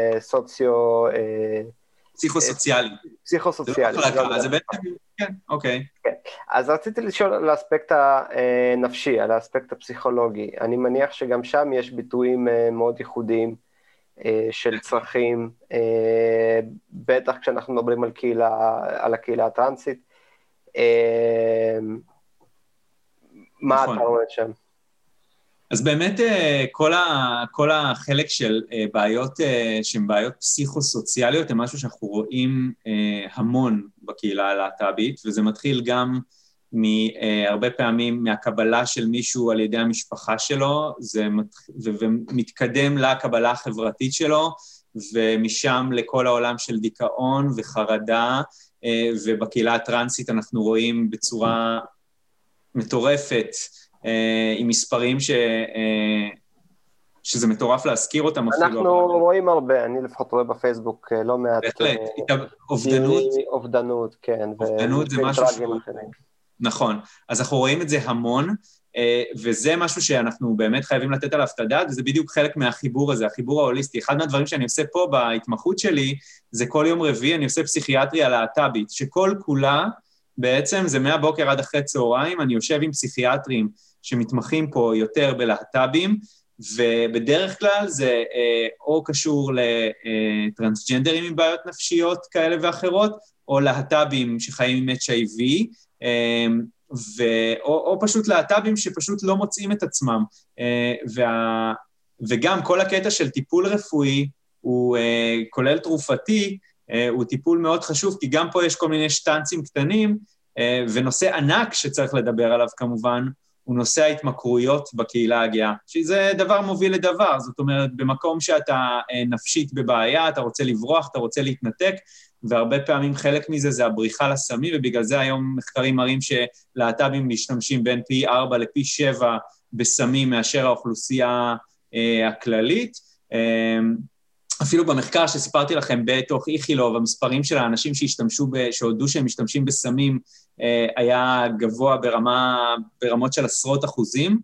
D: פסיכוסוציאלי.
B: פסיכוסוציאלי.
D: זה לא מחלקה, זה בעצם, כן, אוקיי.
B: אז רציתי לשאול על האספקט הנפשי, על האספקט הפסיכולוגי. אני מניח שגם שם יש ביטויים מאוד ייחודיים של צרכים, בטח כשאנחנו מדברים על הקהילה הטרנסית. מה אתה רואה שם?
D: אז באמת כל החלק של בעיות שהן בעיות פסיכוסוציאליות, הם משהו שאנחנו רואים המון בקהילה הלהט"בית, וזה מתחיל גם הרבה פעמים מהקבלה של מישהו על ידי המשפחה שלו, ומתקדם לקבלה החברתית שלו, ומשם לכל העולם של דיכאון וחרדה, ובקהילה הטרנסית אנחנו רואים בצורה מטורפת, עם מספרים שזה מטורף להזכיר אותם אפילו.
B: אנחנו רואים הרבה, אני לפחות רואה בפייסבוק לא מעט.
D: בהחלט, אובדנות.
B: אובדנות, כן.
D: אובדנות זה משהו נכון, אז אנחנו רואים את זה המון, וזה משהו שאנחנו באמת חייבים לתת עליו את הדעת, וזה בדיוק חלק מהחיבור הזה, החיבור ההוליסטי. אחד מהדברים שאני עושה פה בהתמחות שלי, זה כל יום רביעי, אני עושה פסיכיאטריה להט"בית, שכל כולה, בעצם זה מהבוקר עד אחרי צהריים, אני יושב עם פסיכיאטרים שמתמחים פה יותר בלהט"בים, ובדרך כלל זה או קשור לטרנסג'נדרים עם בעיות נפשיות כאלה ואחרות, או להט"בים שחיים עם HIV, או פשוט להט"בים שפשוט לא מוצאים את עצמם. וגם כל הקטע של טיפול רפואי, הוא כולל תרופתי, הוא טיפול מאוד חשוב, כי גם פה יש כל מיני שטנצים קטנים, ונושא ענק שצריך לדבר עליו כמובן, הוא נושא ההתמכרויות בקהילה הגאה, שזה דבר מוביל לדבר, זאת אומרת, במקום שאתה נפשית בבעיה, אתה רוצה לברוח, אתה רוצה להתנתק, והרבה פעמים חלק מזה זה הבריחה לסמים, ובגלל זה היום מחקרים מראים שלהט"בים משתמשים בין פי 4 לפי 7 בסמים מאשר האוכלוסייה הכללית, אפילו במחקר שסיפרתי לכם בתוך איכילוב, המספרים של האנשים שהודו שהם משתמשים בסמים, היה גבוה ברמות של עשרות אחוזים,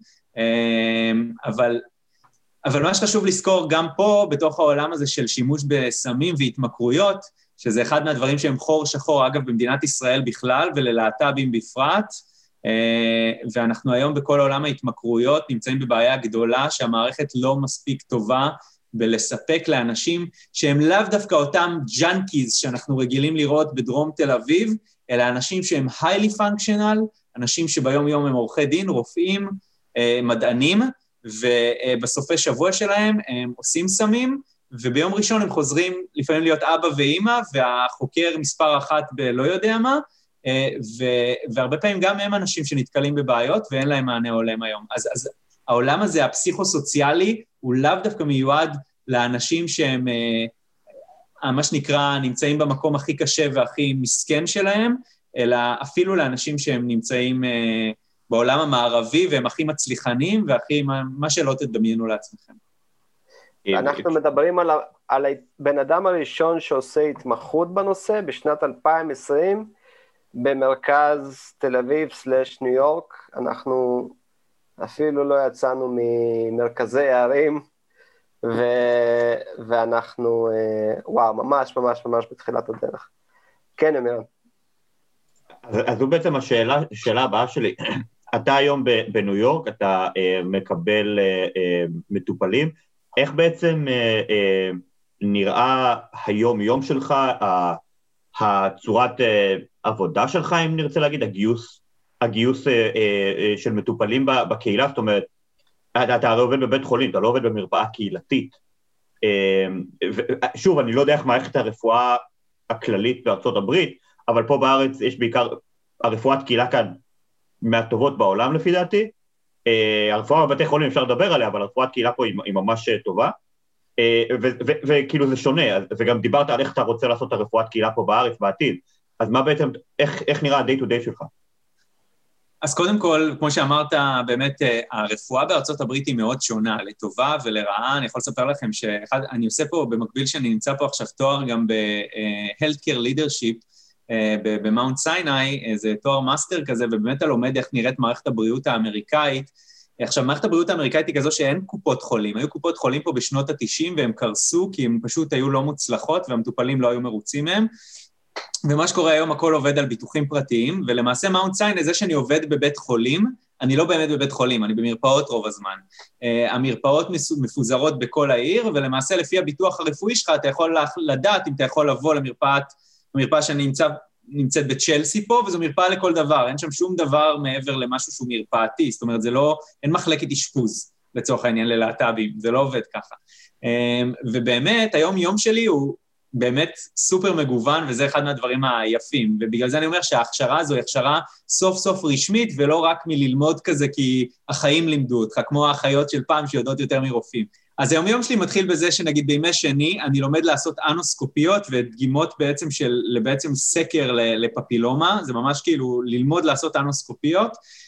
D: אבל מה שחשוב לזכור גם פה, בתוך העולם הזה של שימוש בסמים והתמכרויות, שזה אחד מהדברים שהם חור שחור, אגב, במדינת ישראל בכלל, וללהט"בים בפרט, ואנחנו היום בכל העולם ההתמכרויות נמצאים בבעיה גדולה, שהמערכת לא מספיק טובה, בלספק לאנשים שהם לאו דווקא אותם ג'אנקיז שאנחנו רגילים לראות בדרום תל אביב, אלא אנשים שהם highly functional, אנשים שביום יום הם עורכי דין, רופאים, מדענים, ובסופי שבוע שלהם הם עושים סמים, וביום ראשון הם חוזרים לפעמים להיות אבא ואמא, והחוקר מספר 1 בלא יודע מה, והרבה פעמים גם הם אנשים שנתקלים בבעיות, ואין להם מענה הולם היום. אז העולם הזה, הפסיכוסוציאלי, הוא לאו דווקא מיועד לאנשים שהם, מה שנקרא, נמצאים במקום הכי קשה והכי מסכן שלהם, אלא אפילו לאנשים שהם נמצאים בעולם המערבי, והם הכי מצליחנים, והכי, מה שלא תדמיינו לעצמכם.
B: אנחנו מדברים על הבן אדם הראשון שעושה התמחות בנושא בשנת 2020, במרכז תל אביב / ניו יורק, אנחנו אפילו לא יצאנו ממרכזי הערים, ואנחנו, וואו, ממש ממש ממש בתחילת הדרך. כן, אמירן.
C: אז זו בעצם השאלה הבאה שלי. אתה היום בניו יורק, אתה מקבל מטופלים, איך בעצם נראה היום שלך, הצורת עבודה שלך, אם נרצה להגיד, הגיוס של מטופלים בקהילה, זאת אומרת, אתה הרי עובד בבית חולים, אתה לא עובד במרפאה קהילתית. שוב, אני לא יודע איך מערכת הרפואה הכללית בארצות הברית, אבל פה בארץ יש בעיקר, הרפואת קהילה כאן מהטובות בעולם לפי דעתי, הרפואה בבתי חולים אפשר לדבר עליה, אבל הרפואת קהילה פה היא ממש טובה, וכאילו זה שונה, וגם דיברת על איך אתה רוצה לעשות את הרפואת קהילה פה בארץ בעתיד, אז מה בעצם, איך נראה ה-day to day שלך?
D: אז קודם כל, כמו שאמרת, באמת, הרפואה בארצות הברית היא מאוד שונה, לטובה ולרעה. אני יכול לספר לכם שאני עושה פה, במקביל שאני נמצא פה עכשיו תואר גם ב-Healthcare Leadership, במאונט סיני, זה תואר מאסטר כזה, ובאמת אתה לומד איך נראית מערכת הבריאות האמריקאית. עכשיו, מערכת הבריאות האמריקאית היא כזו שאין קופות חולים. היו קופות חולים פה בשנות ה-90, והם קרסו, כי הם פשוט היו לא מוצלחות, והמטופלים לא היו מרוצים מהם. ומה שקורה היום, הכל עובד על ביטוחים פרטיים, ולמעשה מאונט סיני, זה שאני עובד בבית חולים, אני לא באמת בבית חולים, אני במרפאות רוב הזמן. המרפאות מפוזרות בכל העיר, ולמעשה לפי הביטוח הרפואי שלך, אתה יכול לדעת אם אתה יכול לבוא למרפאה שאני נמצאת בצ'לסי פה, וזו מרפאה לכל דבר, אין שם שום דבר מעבר למשהו שהוא מרפאתי, זאת אומרת, אין מחלקת אשפוז לצורך העניין ללהט"בים, זה לא עובד ככה. ובאמת, היום יום שלי הוא באמת סופר מגוון, וזה אחד מהדברים היפים, ובגלל זה אני אומר שההכשרה הזו היא הכשרה סוף סוף רשמית, ולא רק מללמוד כזה, כי החיים לימדו אותך, כמו האחיות של פעם שיודעות יותר מרופאים. אז היום יום שלי מתחיל בזה שנגיד בימי שני, אני לומד לעשות אנוסקופיות, ודגימות בעצם סקר לפפילומה, זה ממש כאילו ללמוד לעשות אנוסקופיות,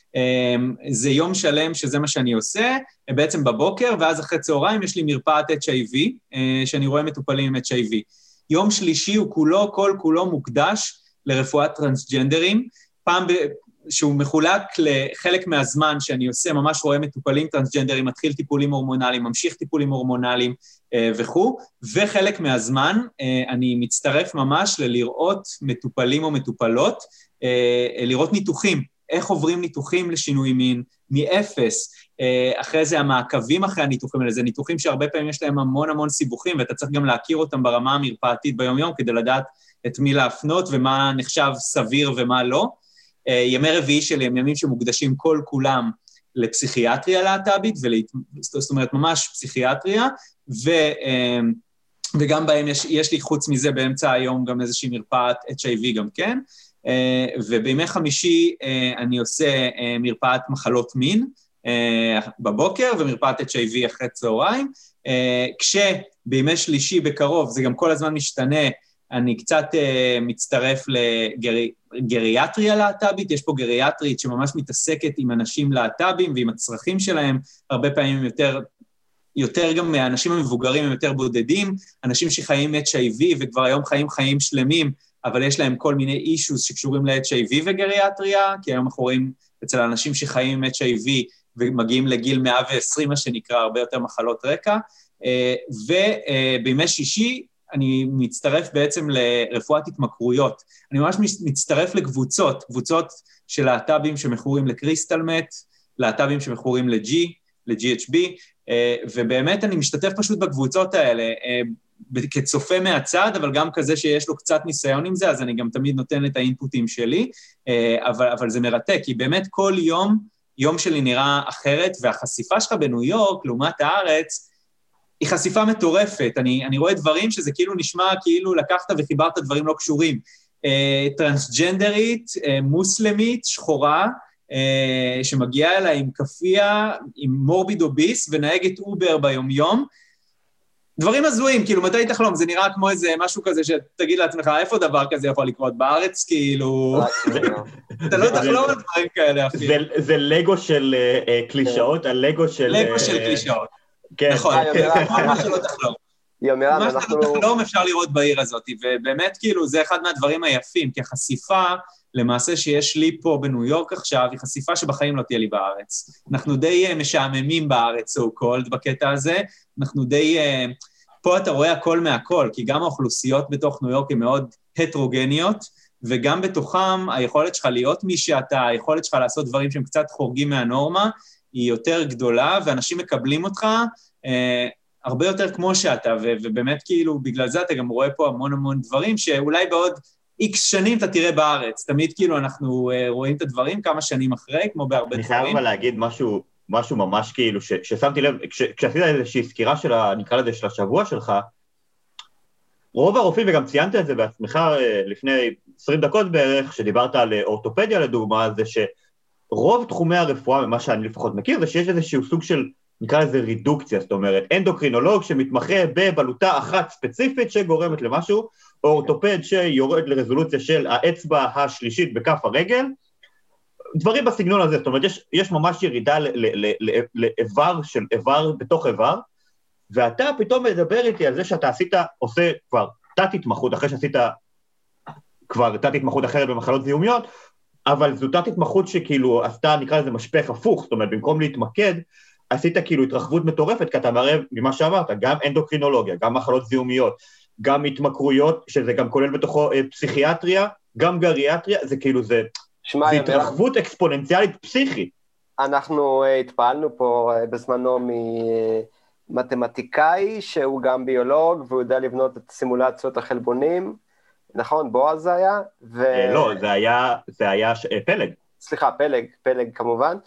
D: זה יום שלם שזה מה שאני עושה, בעצם בבוקר, ואז אחרי צהריים יש לי מרפאת HIV, שאני רואה מטופלים עם HIV. יום שלישי הוא כולו מוקדש לרפואת טרנסג'נדרים, שהוא מחולק לחלק מהזמן שאני עושה, ממש רואה מטופלים טרנסג'נדרים, מתחיל טיפולים הורמונליים, ממשיך טיפולים הורמונליים וכו', וחלק מהזמן אני מצטרף ממש ללראות מטופלים או מטופלות, לראות ניתוחים, איך עוברים ניתוחים לשינוי מין, מאפס, אחרי זה המעקבים אחרי הניתוחים האלה, זה ניתוחים שהרבה פעמים יש להם המון סיבוכים, ואתה צריך גם להכיר אותם ברמה המרפאתית ביום יום, כדי לדעת את מי להפנות ומה נחשב סביר ומה לא. ימי רביעי שלי הם ימים שמוקדשים כל כולם לפסיכיאטריה להט"בית, זאת אומרת ממש פסיכיאטריה, וגם בהם יש לי חוץ מזה באמצע היום גם איזושהי מרפאת HIV גם כן, ובימי חמישי אני עושה מרפאת מחלות מין בבוקר, ומרפאת HIV אחרי צהריים, כשבימי שלישי בקרוב, זה גם כל הזמן משתנה, אני קצת מצטרף לגריאטריה להט"בית, יש פה גריאטרית שממש מתעסקת עם אנשים להט"בים ועם הצרכים שלהם, הרבה פעמים יותר גם מהאנשים המבוגרים הם יותר בודדים, אנשים שחיים HIV וכבר היום חיים שלמים, אבל יש להם כל מיני אישוס שקשורים ל-HIV וגריאטריה, כי היום אנחנו רואים אצל האנשים שחיים עם HIV ומגיעים לגיל 120, מה שנקרא, הרבה יותר מחלות רקע, ובימי שישי אני מצטרף בעצם לרפואת התמכרויות. אני ממש מצטרף לקבוצות של להט"בים שמכורים לקריסטל-מט, להט"בים שמכורים ל-GHB, ובאמת אני משתתף פשוט בקבוצות האלה, כצופה מהצד, אבל גם כזה שיש לו קצת ניסיון עם זה, אז אני גם תמיד נותן את האינפוטים שלי, אבל זה מרתק, כי באמת כל יום שלי נראה אחרת, והחשיפה שלך בניו יורק, לעומת הארץ, היא חשיפה מטורפת. אני רואה דברים שזה כאילו נשמע, כאילו לקחת וחיברת דברים לא קשורים. טרנסג'נדרית, מוסלמית, שחורה, שמגיעה אליי עם כפייה, עם מורביד אוביס, ונהגת אובר ביום-יום. דברים הזויים, כאילו, מתי תחלום? זה נראה כמו איזה משהו כזה שתגיד לעצמך, איפה דבר כזה יכול לקרות? בארץ, כאילו... אתה לא תחלום על דברים כאלה, אפילו.
C: זה לגו של קלישאות, הלגו של...
D: לגו של קלישאות.
C: כן.
D: נכון, מה שלא תחלום.
B: יומירן,
D: מה שחלום אפשר לראות בעיר הזאת, ובאמת כאילו זה אחד מהדברים היפים, כי החשיפה למעשה שיש לי פה בניו יורק עכשיו, היא חשיפה שבחיים לא תהיה לי בארץ. אנחנו די משעממים בארץ, so called, בקטע הזה, אנחנו די, פה אתה רואה הכל מהכל, כי גם האוכלוסיות בתוך ניו יורק הן מאוד הטרוגניות, וגם בתוכם היכולת שלך להיות מי שאתה, היכולת שלך לעשות דברים שהם קצת חורגים מהנורמה, היא יותר גדולה, ואנשים מקבלים אותך, הרבה יותר כמו שאתה, ובאמת כאילו בגלל זה אתה גם רואה פה המון המון דברים, שאולי בעוד איקס שנים אתה תראה בארץ, תמיד כאילו אנחנו רואים את הדברים כמה שנים אחרי, כמו בהרבה דברים.
C: אני חייב להגיד משהו ממש כאילו, ששמתי לב, כשעשית איזושהי סקירה של, נקרא לזה, של השבוע שלך, רוב הרופאים, וגם ציינת את זה בעצמך לפני 20 דקות בערך, שדיברת על אורתופדיה לדוגמה, זה שרוב תחומי הרפואה, מה שאני לפחות מכיר, זה שיש איזשהו סוג של, נקרא לזה רידוקציה, זאת אומרת, אנדוקרינולוג שמתמחה בבלוטה אחת ספציפית שגורמת למשהו, או אורתופד שיורד לרזולוציה של האצבע השלישית בכף הרגל, דברים בסגנון הזה, זאת אומרת, יש ממש ירידה לאיבר של איבר בתוך איבר, ואתה פתאום מדבר איתי על זה שאתה עושה כבר תת-התמחות, אחרי שעשית כבר תת-התמחות אחרת במחלות זיהומיות, אבל זו תת-התמחות שכאילו עשתה, נקרא לזה משפך הפוך, זאת אומרת, במקום להתמקד, עשית כאילו התרחבות מטורפת, כי אתה מראה ממה שאמרת, גם אנדוקרינולוגיה, גם מחלות זיהומיות, גם התמכרויות, שזה גם כולל בתוכו פסיכיאטריה, גם גריאטריה, זה כאילו זה התרחבות אקספוננציאלית פסיכית.
B: אנחנו התפעלנו פה בזמנו ממתמטיקאי, שהוא גם ביולוג, והוא יודע לבנות את סימולציות החלבונים, נכון? בועז זה היה?
C: לא, זה היה פלג.
B: סליחה, פלג כמובן.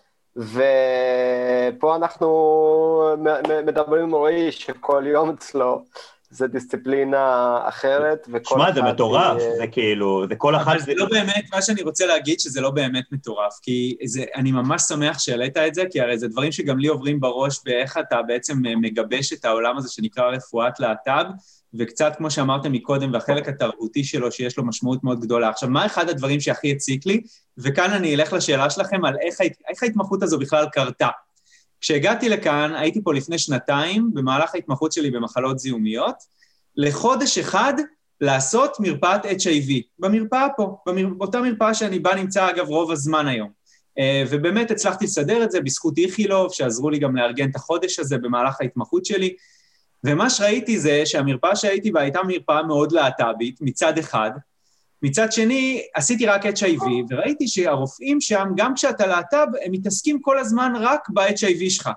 B: ופה אנחנו מדברים עם רועי שכל יום אצלו זה דיסציפלינה אחרת.
C: שמע, זה מטורף, זה כאילו, זה כל אחד...
D: אבל זה לא באמת, מה שאני רוצה להגיד שזה לא באמת מטורף, כי אני ממש שמח שהעלית את זה, כי הרי זה דברים שגם לי עוברים בראש באיך אתה בעצם מגבש את העולם הזה שנקרא רפואת להט"ב, וקצת כמו שאמרתם מקודם, והחלק התרבותי שלו שיש לו משמעות מאוד גדולה. עכשיו, מה אחד הדברים שהכי הציק לי? וכאן אני אלך לשאלה שלכם על איך ההתמחות הזו בכלל קרתה. כשהגעתי לכאן, הייתי פה לפני 2 במהלך ההתמחות שלי במחלות זיהומיות, לחודש אחד לעשות מרפאת HIV, במרפאה פה, באותה מרפאה שאני בה נמצא אגב רוב הזמן היום. ובאמת הצלחתי לסדר את זה בזכות איכילוב, שעזרו לי גם לארגן את החודש הזה במהלך ההתמחות שלי, ומה שראיתי זה שהמרפאה שהייתי בה הייתה מרפאה מאוד להט"בית, מצד אחד, מצד שני עשיתי רק HIV, וראיתי שהרופאים שם, גם כשאתה להט"ב, הם מתעסקים כל הזמן רק ב-HIV שלך,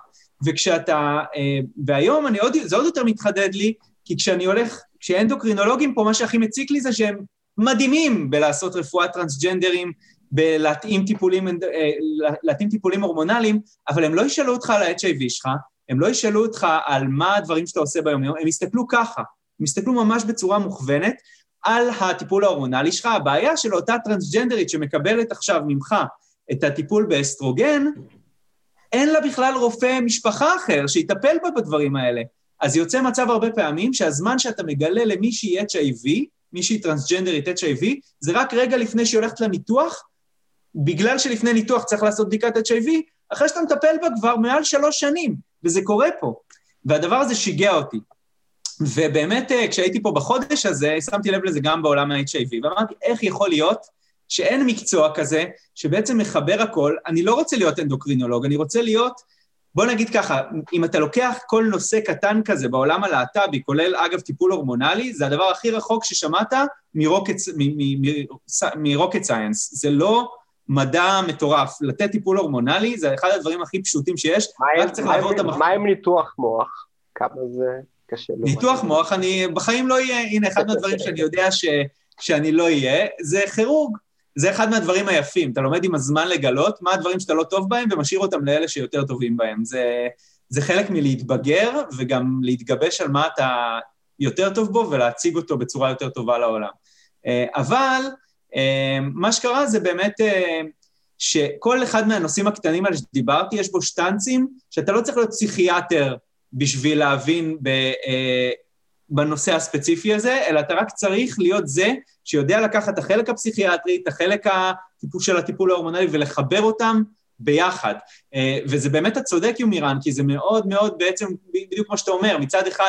D: והיום זה עוד יותר מתחדד לי, כי כשאנדוקרינולוגים פה, מה שהכי מציק לי זה שהם מדהימים בלעשות רפואת טרנסג'נדרים, בלהתאים טיפולים הורמונליים, אבל הם לא ישאלו אותך על ה-HIV שלך, הם לא ישאלו אותך על מה הדברים שאתה עושה ביום יום, הם יסתכלו ככה, הם יסתכלו ממש בצורה מוכוונת על הטיפול ההורמונלי שלך. הבעיה של אותה טרנסג'נדרית שמקבלת עכשיו ממך את הטיפול באסטרוגן, אין לה בכלל רופא משפחה אחר שיטפל בה בדברים האלה. אז יוצא מצב הרבה פעמים שהזמן שאתה מגלה למישהי HIV, מישהי טרנסג'נדרית HIV, זה רק רגע לפני שהיא הולכת לניתוח, בגלל שלפני ניתוח צריך לעשות בדיקת HIV, אחרי שאתה מטפל בה כבר מעל 3 שנים, וזה קורה פה. והדבר הזה שיגע אותי. ובאמת, כשהייתי פה בחודש הזה, שמתי לב לזה גם בעולם ה-HIV, ואמרתי, איך יכול להיות שאין מקצוע כזה, שבעצם מחבר הכל, אני לא רוצה להיות אנדוקרינולוג, אני רוצה להיות, בוא נגיד ככה, אם אתה לוקח כל נושא קטן כזה בעולם הלהט"בי, כולל אגב טיפול הורמונלי, זה הדבר הכי רחוק ששמעת מרוקט סיינס. זה לא מדע מטורף. לתת טיפול הורמונלי זה אחד הדברים הכי פשוטים שיש, רק צריך לעבור את המחקר.
B: מה עם ניתוח מוח? כמה זה קשה?
D: ניתוח מוח, אני בחיים לא אהיה, הנה אחד מהדברים שאני יודע שאני לא אהיה, זה כירורג. זה אחד מהדברים היפים, אתה לומד עם הזמן לגלות מה הדברים שאתה לא טוב בהם, ומשאיר אותם לאלה שיותר טובים בהם. זה חלק מלהתבגר, וגם להתגבש על מה אתה יותר טוב בו, ולהציג אותו בצורה יותר טובה לעולם. אבל מה שקרה זה באמת שכל אחד מהנושאים הקטנים האלה שדיברתי, יש בו שטנצים, שאתה לא צריך להיות פסיכיאטר בשביל להבין בנושא הספציפי הזה, אלא אתה רק צריך להיות זה שיודע לקחת את החלק הפסיכיאטרי, את החלק של הטיפול ההורמונלי, ולחבר אותם ביחד. וזה באמת הצודק יומירן, כי זה מאוד מאוד בעצם, בדיוק כמו שאתה אומר, מצד אחד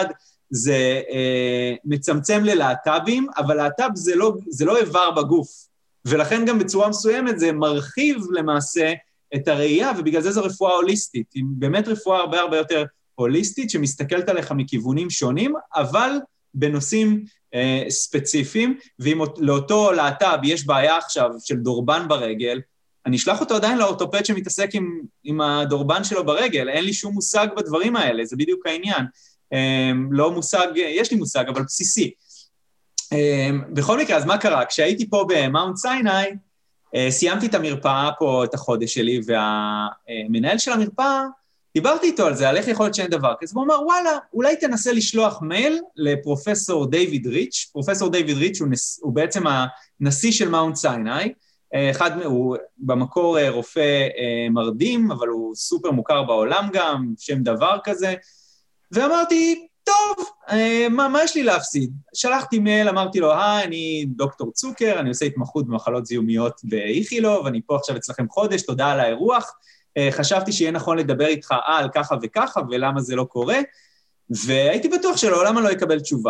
D: זה מצמצם ללהט"בים, אבל להט"ב זה לא איבר בגוף, ולכן גם בצורה מסוימת זה מרחיב למעשה את הראייה, ובגלל זה זו רפואה הוליסטית, היא באמת רפואה הרבה הרבה יותר הוליסטית, שמסתכלת עליך מכיוונים שונים, אבל בנושאים ספציפיים, ואם לאותו להט"ב יש בעיה עכשיו של דורבן ברגל, אני אשלח אותו עדיין לאורתופד שמתעסק עם הדורבן שלו ברגל, אין לי שום מושג בדברים האלה, זה בדיוק העניין. לא מושג, יש לי מושג, אבל בסיסי. בכל מקרה, אז מה קרה? כשהייתי פה במאונט סיני, סיימתי את המרפאה פה, את החודש שלי, והמנהל של המרפאה, דיברתי איתו על זה, על איך יכול להיות שאין דבר כזה, והוא אמר, וואלה, אולי תנסה לשלוח מייל לפרופסור דיוויד ריץ', פרופסור דיוויד ריץ' הוא בעצם הנשיא של מאונט סיני, הוא במקור רופא מרדים, אבל הוא סופר מוכר בעולם גם, שם דבר כזה, ואמרתי, טוב, מה יש לי להפסיד? שלחתי מייל, אמרתי לו, אני דוקטור צוקר, אני עושה התמחות במחלות זיהומיות באיכילוב, אני פה עכשיו אצלכם חודש, תודה על האירוח, חשבתי שיהיה נכון לדבר איתך על ככה וככה, ולמה זה לא קורה, והייתי בטוח שלעולם אני לא אקבל תשובה.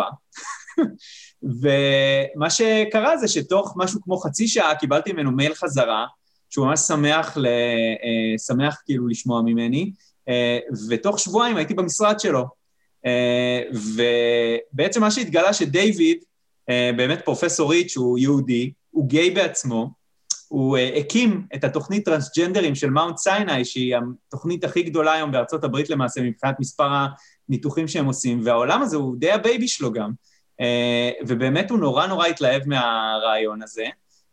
D: ומה שקרה זה שתוך משהו כמו חצי שעה קיבלתי ממנו מייל חזרה, שהוא ממש שמח כאילו לשמוע ממני, ותוך שבועיים הייתי במשרד שלו, ובעצם מה שהתגלה שדיוויד, באמת פרופסור ריץ' הוא יהודי, הוא גיי בעצמו, הוא הקים את התוכנית טרנסג'נדרים של מאונט סיני, שהיא התוכנית הכי גדולה היום בארצות הברית למעשה, מבחינת מספר הניתוחים שהם עושים, והעולם הזה הוא די הבייבי שלו גם, ובאמת הוא נורא נורא התלהב מהרעיון הזה,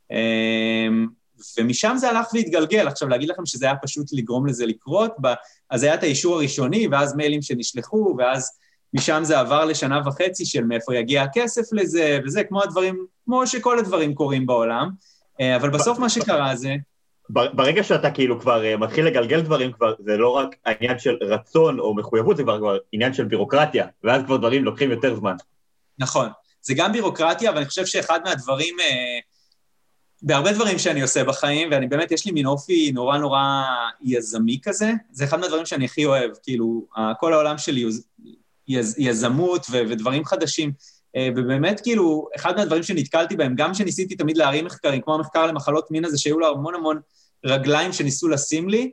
D: ומשם זה הלך והתגלגל. עכשיו להגיד לכם שזה היה פשוט לגרום לזה לקרות, אז היה את האישור הראשוני, ואז מיילים שנשלחו, ואז משם זה עבר לשנה וחצי של מאיפה יגיע הכסף לזה, וזה כמו שכל הדברים קורים בעולם, אבל בסוף מה שקרה זה...
C: ברגע שאתה כאילו כבר מתחיל לגלגל דברים, כבר זה לא רק העניין של רצון או מחויבות, זה כבר עניין של בירוקרטיה, ואז כבר דברים לוקחים יותר זמן.
D: נכון, זה גם בירוקרטיה, אבל אני חושב שאחד מהדברים, בהרבה דברים שאני עושה בחיים, ואני באמת, יש לי מין אופי נורא נורא יזמי כזה, זה אחד מהדברים שאני הכי אוהב, כאילו, כל העולם שלי יזמות ודברים חדשים, ובאמת כאילו, אחד מהדברים שנתקלתי בהם, גם שניסיתי תמיד להרים מחקרים, כמו המחקר למחלות מין הזה, שהיו לו המון רגליים שניסו לשים לי,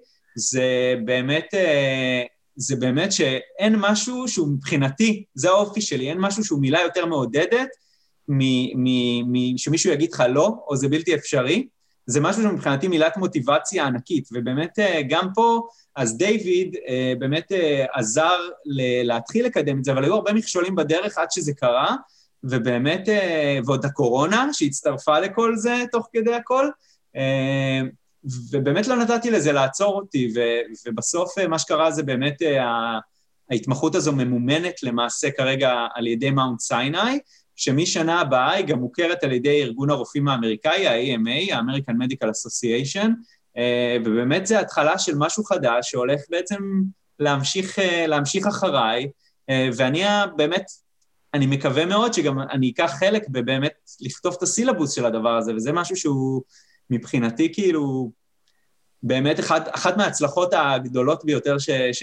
D: זה באמת שאין משהו שהוא מבחינתי, זה האופי שלי, אין משהו שהוא מילה יותר מעודדת, שמישהו יגיד לך לא, או זה בלתי אפשרי, זה משהו שמבחינתי מילת מוטיבציה ענקית, ובאמת גם פה, אז דיוויד באמת עזר להתחיל לקדם את זה, אבל היו הרבה מכשולים בדרך עד שזה קרה, ובאמת, ועוד הקורונה שהצטרפה לכל זה תוך כדי הכל, ובאמת לא נתתי לזה לעצור אותי, ובסוף מה שקרה זה באמת ההתמחות הזו ממומנת למעשה כרגע על ידי מאונט סיני, שמשנה הבאה היא גם מוכרת על ידי ארגון הרופאים האמריקאי, ה-AMA, ה-American Medical Association, ובאמת זה התחלה של משהו חדש שהולך בעצם להמשיך אחריי, ואני באמת, אני מקווה מאוד שגם אני אקח חלק בבאמת לכתוב את הסילבוס של הדבר הזה, וזה משהו שהוא מבחינתי כאילו, באמת אחת מההצלחות הגדולות ביותר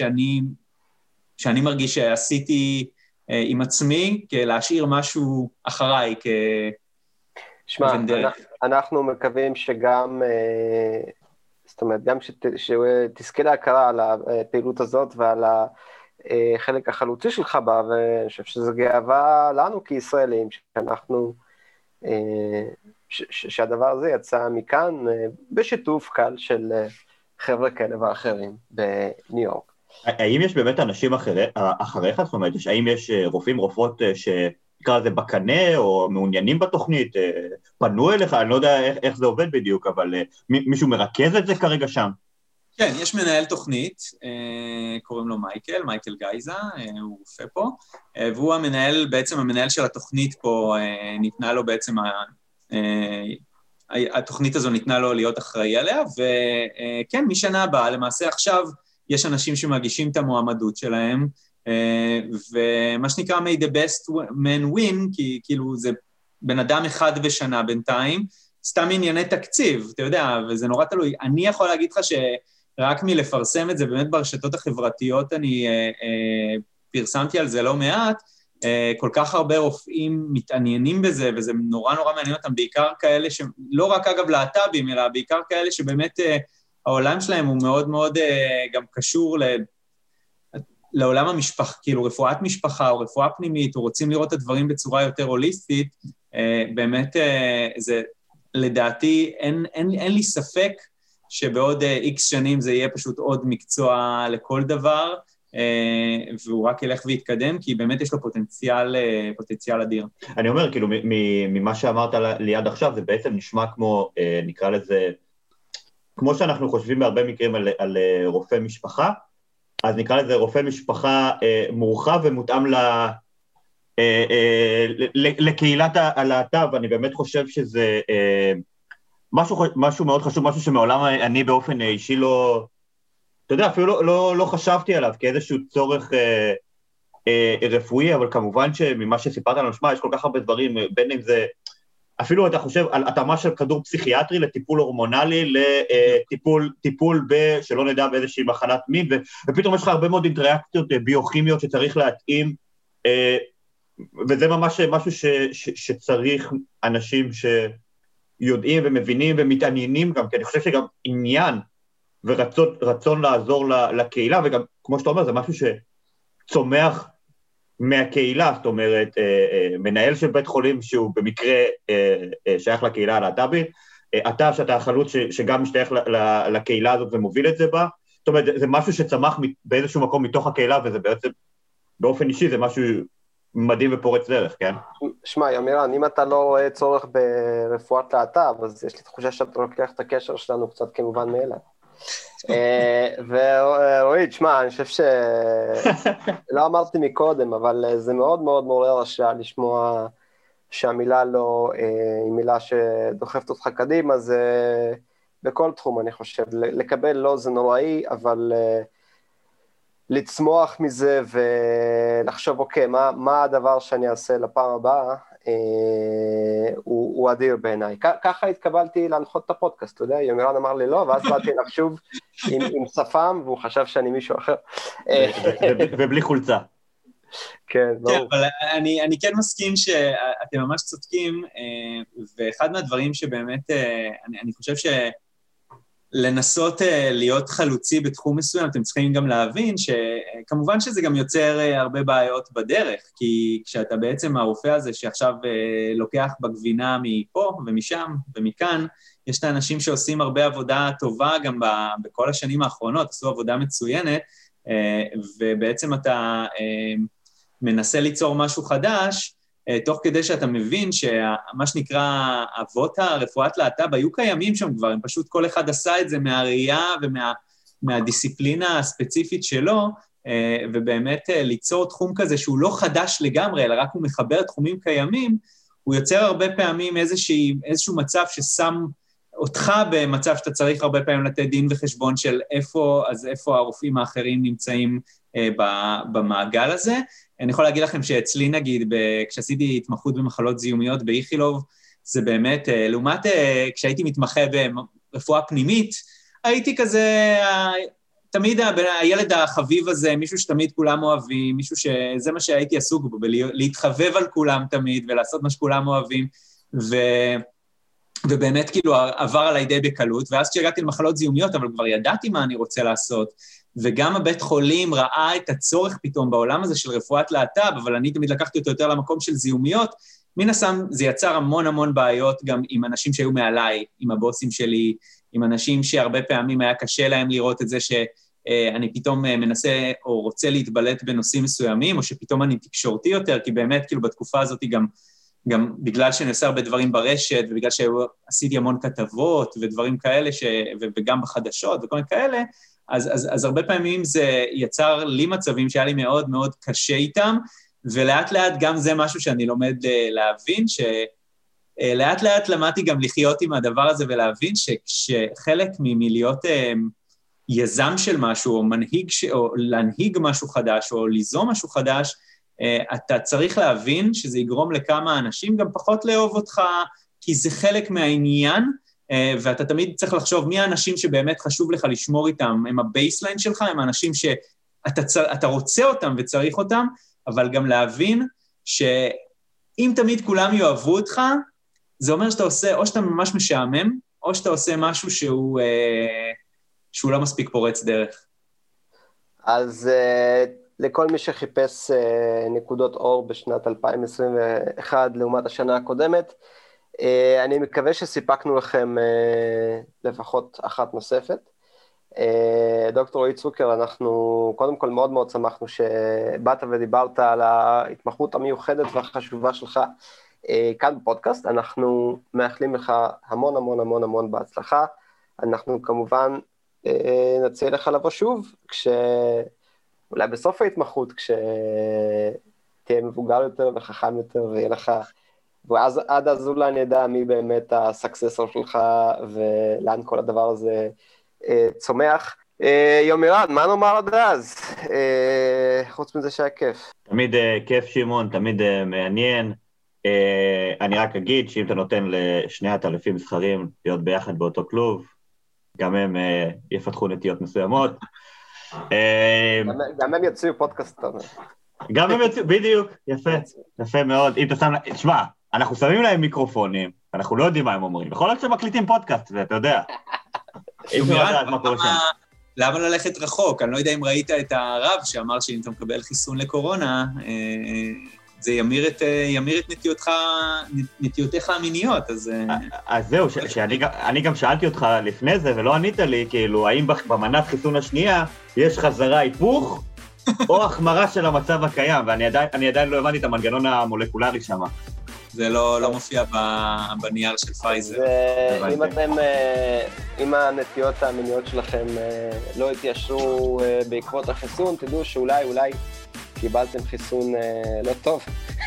D: שאני מרגיש שעשיתי עם עצמי, להשאיר משהו אחריי,
B: שמע, אנחנו מקווים שגם, זאת אומרת, גם שתזכה להכרה על הפעילות הזאת ועל החלק החלוצי שלך בה, ואני חושב שזו גאווה לנו כישראלים, שהדבר הזה יצא מכאן בשיתוף קל של חבר'ה כאלה ואחרים בניו יורק.
C: האם יש באמת אנשים אחריך? זאת אומרת, האם יש רופאים, רופאות שנקרא לזה בקנה או מעוניינים בתוכנית, פנו אליך? אני לא יודע איך זה עובד בדיוק, אבל מישהו מרכז את זה כרגע שם?
D: כן, יש מנהל תוכנית, קוראים לו מייקל גייזה, הוא רופא פה, והוא בעצם המנהל של התוכנית פה, ניתנה לו בעצם, התוכנית הזו ניתנה לו להיות אחראי עליה, וכן, משנה הבאה, למעשה עכשיו יש אנשים שמגישים את המועמדות שלהם, ומה שנקרא may the best man win, כי כאילו זה בן אדם אחד בשנה בינתיים, סתם ענייני תקציב, אתה יודע, וזה נורא תלוי. אני יכול להגיד לך שרק מלפרסם את זה, באמת ברשתות החברתיות אני פרסמתי על זה לא מעט, כל כך הרבה רופאים מתעניינים בזה, וזה נורא נורא מעניין אותם, בעיקר כאלה שלא רק אגב להט"בים, אלא בעיקר כאלה שבאמת העולם שלהם הוא מאוד מאוד גם קשור לעולם המשפחה, כאילו רפואת משפחה או רפואה פנימית, או רוצים לראות את הדברים בצורה יותר הוליסטית, באמת זה, לדעתי, אין לי ספק שבעוד X שנים זה יהיה פשוט עוד מקצוע לכל דבר, והוא רק ילך ויתקדם, כי באמת יש לו פוטנציאל אדיר.
C: אני אומר, כאילו, ממה שאמרת לי עד עכשיו, זה בעצם נשמע כמו, נקרא לזה, כמו שאנחנו חושבים בהרבה מקרים על רופא משפחה, אז נקרא לזה רופא משפחה מורחב ומותאם לקהילת הלהט"ב, ואני באמת חושב שזה משהו מאוד חשוב, משהו שמעולם אני באופן אישי לא, אתה יודע, אפילו לא חשבתי עליו כאיזשהו צורך רפואי, אבל כמובן שממה שסיפרת לנו, שמה, יש כל כך הרבה דברים, בין אם זה, אפילו אתה חושב על התאמה של כדור פסיכיאטרי לטיפול הורמונלי, לטיפול שלא נדע באיזושהי מחלת מין, ופתאום יש לך הרבה מאוד אינטראקציות ביוכימיות שצריך להתאים, וזה ממש משהו שצריך אנשים שיודעים ומבינים ומתעניינים גם, כי אני חושב שגם עניין ורצון לעזור לקהילה, וגם, כמו שאתה אומר, זה משהו שצומח מהקהילה, זאת אומרת, מנהל של בית חולים שהוא במקרה שייך לקהילה הלהט"בית, אתה שאתה החלוץ שגם משתייך לקהילה הזאת ומוביל את זה בה, זאת אומרת, זה משהו שצמח באיזשהו מקום מתוך הקהילה, וזה בעצם, באופן אישי, זה משהו מדהים ופורץ דרך, כן?
B: שמע, יומירן, אם אתה לא רואה צורך ברפואת להט"ב, אז יש לי תחושה שאתה לוקח את הקשר שלנו קצת כמובן מאליו. ורועי, תשמע, אני חושב לא אמרתי מקודם, אבל זה מאוד מאוד מעורר השראה לשמוע שהמילה לא היא מילה שדוחפת אותך קדימה, זה בכל תחום אני חושב, לקבל לא זה נוראי, אבל לצמוח מזה ולחשוב, אוקיי, מה הדבר שאני אעשה לפעם הבאה, הוא אדיר בעיניי. ככה התקבלתי להנחות את הפודקאסט, אתה יודע, יומירן אמר לי לא, ואז באתי לחשוב עם שפם, והוא חשב שאני מישהו אחר.
C: ובלי חולצה.
B: כן, ברור.
D: אבל אני כן מסכים שאתם ממש צודקים, ואחד מהדברים שבאמת, אני חושב לנסות להיות חלוצי בתחום מסוים, אתם צריכים גם להבין שכמובן שזה גם יוצר הרבה בעיות בדרך, כי כשאתה בעצם הרופא הזה שעכשיו לוקח בגבינה מפה ומשם ומכאן, יש את האנשים שעושים הרבה עבודה טובה גם בכל השנים האחרונות, עשו עבודה מצוינת, ובעצם אתה מנסה ליצור משהו חדש, תוך כדי שאתה מבין שמה שנקרא אבות הרפואת להט"ב היו קיימים שם כבר, הם פשוט כל אחד עשה את זה מהראייה ומהדיסציפלינה הספציפית שלו, ובאמת ליצור תחום כזה שהוא לא חדש לגמרי, אלא רק הוא מחבר תחומים קיימים, הוא יוצר הרבה פעמים איזשהו מצב ששם אותך במצב שאתה צריך הרבה פעמים לתת דין וחשבון של איפה הרופאים האחרים נמצאים במעגל הזה. אני יכול להגיד לכם שאצלי נגיד, כשעשיתי התמחות במחלות זיהומיות באיכילוב, זה באמת, לעומת כשהייתי מתמחה ברפואה פנימית, הייתי כזה, תמיד הילד החביב הזה, מישהו שתמיד כולם אוהבים, מישהו שזה מה שהייתי עסוק בו, להתחבב על כולם תמיד, ולעשות מה שכולם אוהבים, ובאמת כאילו עבר עליי די בקלות, ואז כשהגעתי למחלות זיהומיות, אבל כבר ידעתי מה אני רוצה לעשות, וגם הבית חולים ראה את הצורך פתאום בעולם הזה של רפואת להט"ב, אבל אני תמיד לקחתי אותו יותר למקום של זיהומיות, מן הסתם זה יצר המון המון בעיות גם עם אנשים שהיו מעליי, עם הבוסים שלי, עם אנשים שהרבה פעמים היה קשה להם לראות את זה שאני פתאום מנסה או רוצה להתבלט בנושאים מסוימים, או שפתאום אני תקשורתי יותר, כי באמת כאילו בתקופה הזאת גם בגלל שאני עושה הרבה דברים ברשת, ובגלל שעשיתי המון כתבות ודברים כאלה, וגם בחדשות וכל מיני כאלה, אז הרבה פעמים זה יצר לי מצבים שהיה לי מאוד מאוד קשה איתם, ולאט לאט גם זה משהו שאני לומד להבין, שלאט לאט למדתי גם לחיות עם הדבר הזה, ולהבין שחלק מלהיות יזם של משהו, או מנהיג, או להנהיג משהו חדש, או ליזום משהו חדש, אתה צריך להבין שזה יגרום לכמה אנשים גם פחות לאהוב אותך, כי זה חלק מהעניין, ואתה תמיד צריך לחשוב מי האנשים שבאמת חשוב לך לשמור איתם, הם הבייסליין שלך, הם האנשים שאתה רוצה אותם וצריך אותם, אבל גם להבין שאם תמיד כולם יאהבו אותך, זה אומר שאתה עושה, או שאתה ממש משעמם, או שאתה עושה משהו שהוא לא מספיק פורץ דרך.
B: אז לכל מי שחיפש נקודות אור בשנת 2021 לעומת השנה הקודמת, אני מקווה שסיפקנו לכם לפחות אחת נוספת. דוקטור רועי צוקר, אנחנו קודם כל מאוד מאוד שמחנו שבאת ודיברת על ההתמחות המיוחדת והחשובה שלך כאן בפודקאסט. אנחנו מאחלים לך המון המון המון המון בהצלחה. אנחנו כמובן נציע לך לבוא שוב, אולי בסוף ההתמחות, כשתהיה מבוגר יותר וחכם יותר ויהיה לך, ואז עד אז אולי נדע מי באמת הסקססור שלך ולאן כל הדבר הזה צומח. יומירן, מה נאמר עד אז? חוץ מזה שהיה כיף.
C: תמיד כיף שמעון, תמיד מעניין. אני רק אגיד שאם אתה נותן לשני עטלפים מסחרים להיות ביחד באותו כלוב, גם הם יפתחו נטיות מסוימות.
B: גם הם יוציאו פודקאסט.
C: גם הם יוציאו, בדיוק, יפה, יפה מאוד. אם אתה שם, תשמע, אנחנו שמים להם מיקרופונים, אנחנו לא יודעים מה הם אומרים. בכל זאת שמקליטים פודקאסט, ואתה יודע.
D: למה ללכת רחוק? אני לא יודע אם ראית את הרב שאמר שאם אתה מקבל חיסון לקורונה, זה ימיר את נטיותיך המיניות, אז
C: זהו, שאני גם שאלתי אותך לפני זה, ולא ענית לי, כאילו, האם במנת חיסון השנייה יש חזרה היפוך, או החמרה של המצב הקיים, ואני עדיין לא הבנתי את המנגנון המולקולרי שם.
D: זה לא מופיע בנייר של פייזר.
B: אם הנטיות המיניות שלכם לא התיישרו בעקבות החיסון, תדעו שאולי קיבלתם חיסון לא טוב.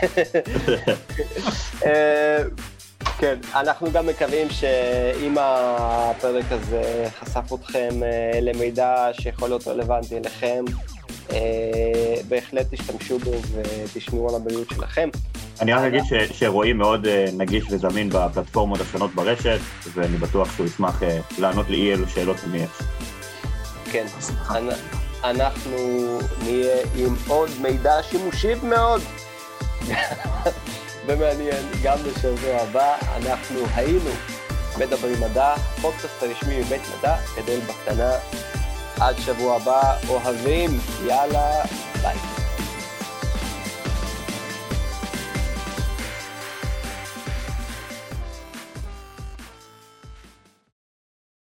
B: כן, אנחנו גם מקווים שאם הפרק הזה חשף אתכם למידע שיכול להיות רלוונטי אליכם, בהחלט תשתמשו בו ותשמעו על הבריאות שלכם.
C: אני רק אגיד שרועי מאוד נגיש וזמין בפלטפורמות השונות ברשת, ואני בטוח שהוא ישמח לענות לי אילו שאלות אם יש.
B: כן, אנחנו נהיה עם עוד מידע שימושי מאוד ומעניין גם בשבוע הבא. אנחנו היינו מדברים מדע, פודקאסט הרשמי מבית מדע, גדל בקטנה. עד שבוע הבא, אוהבים, יאללה, ביי.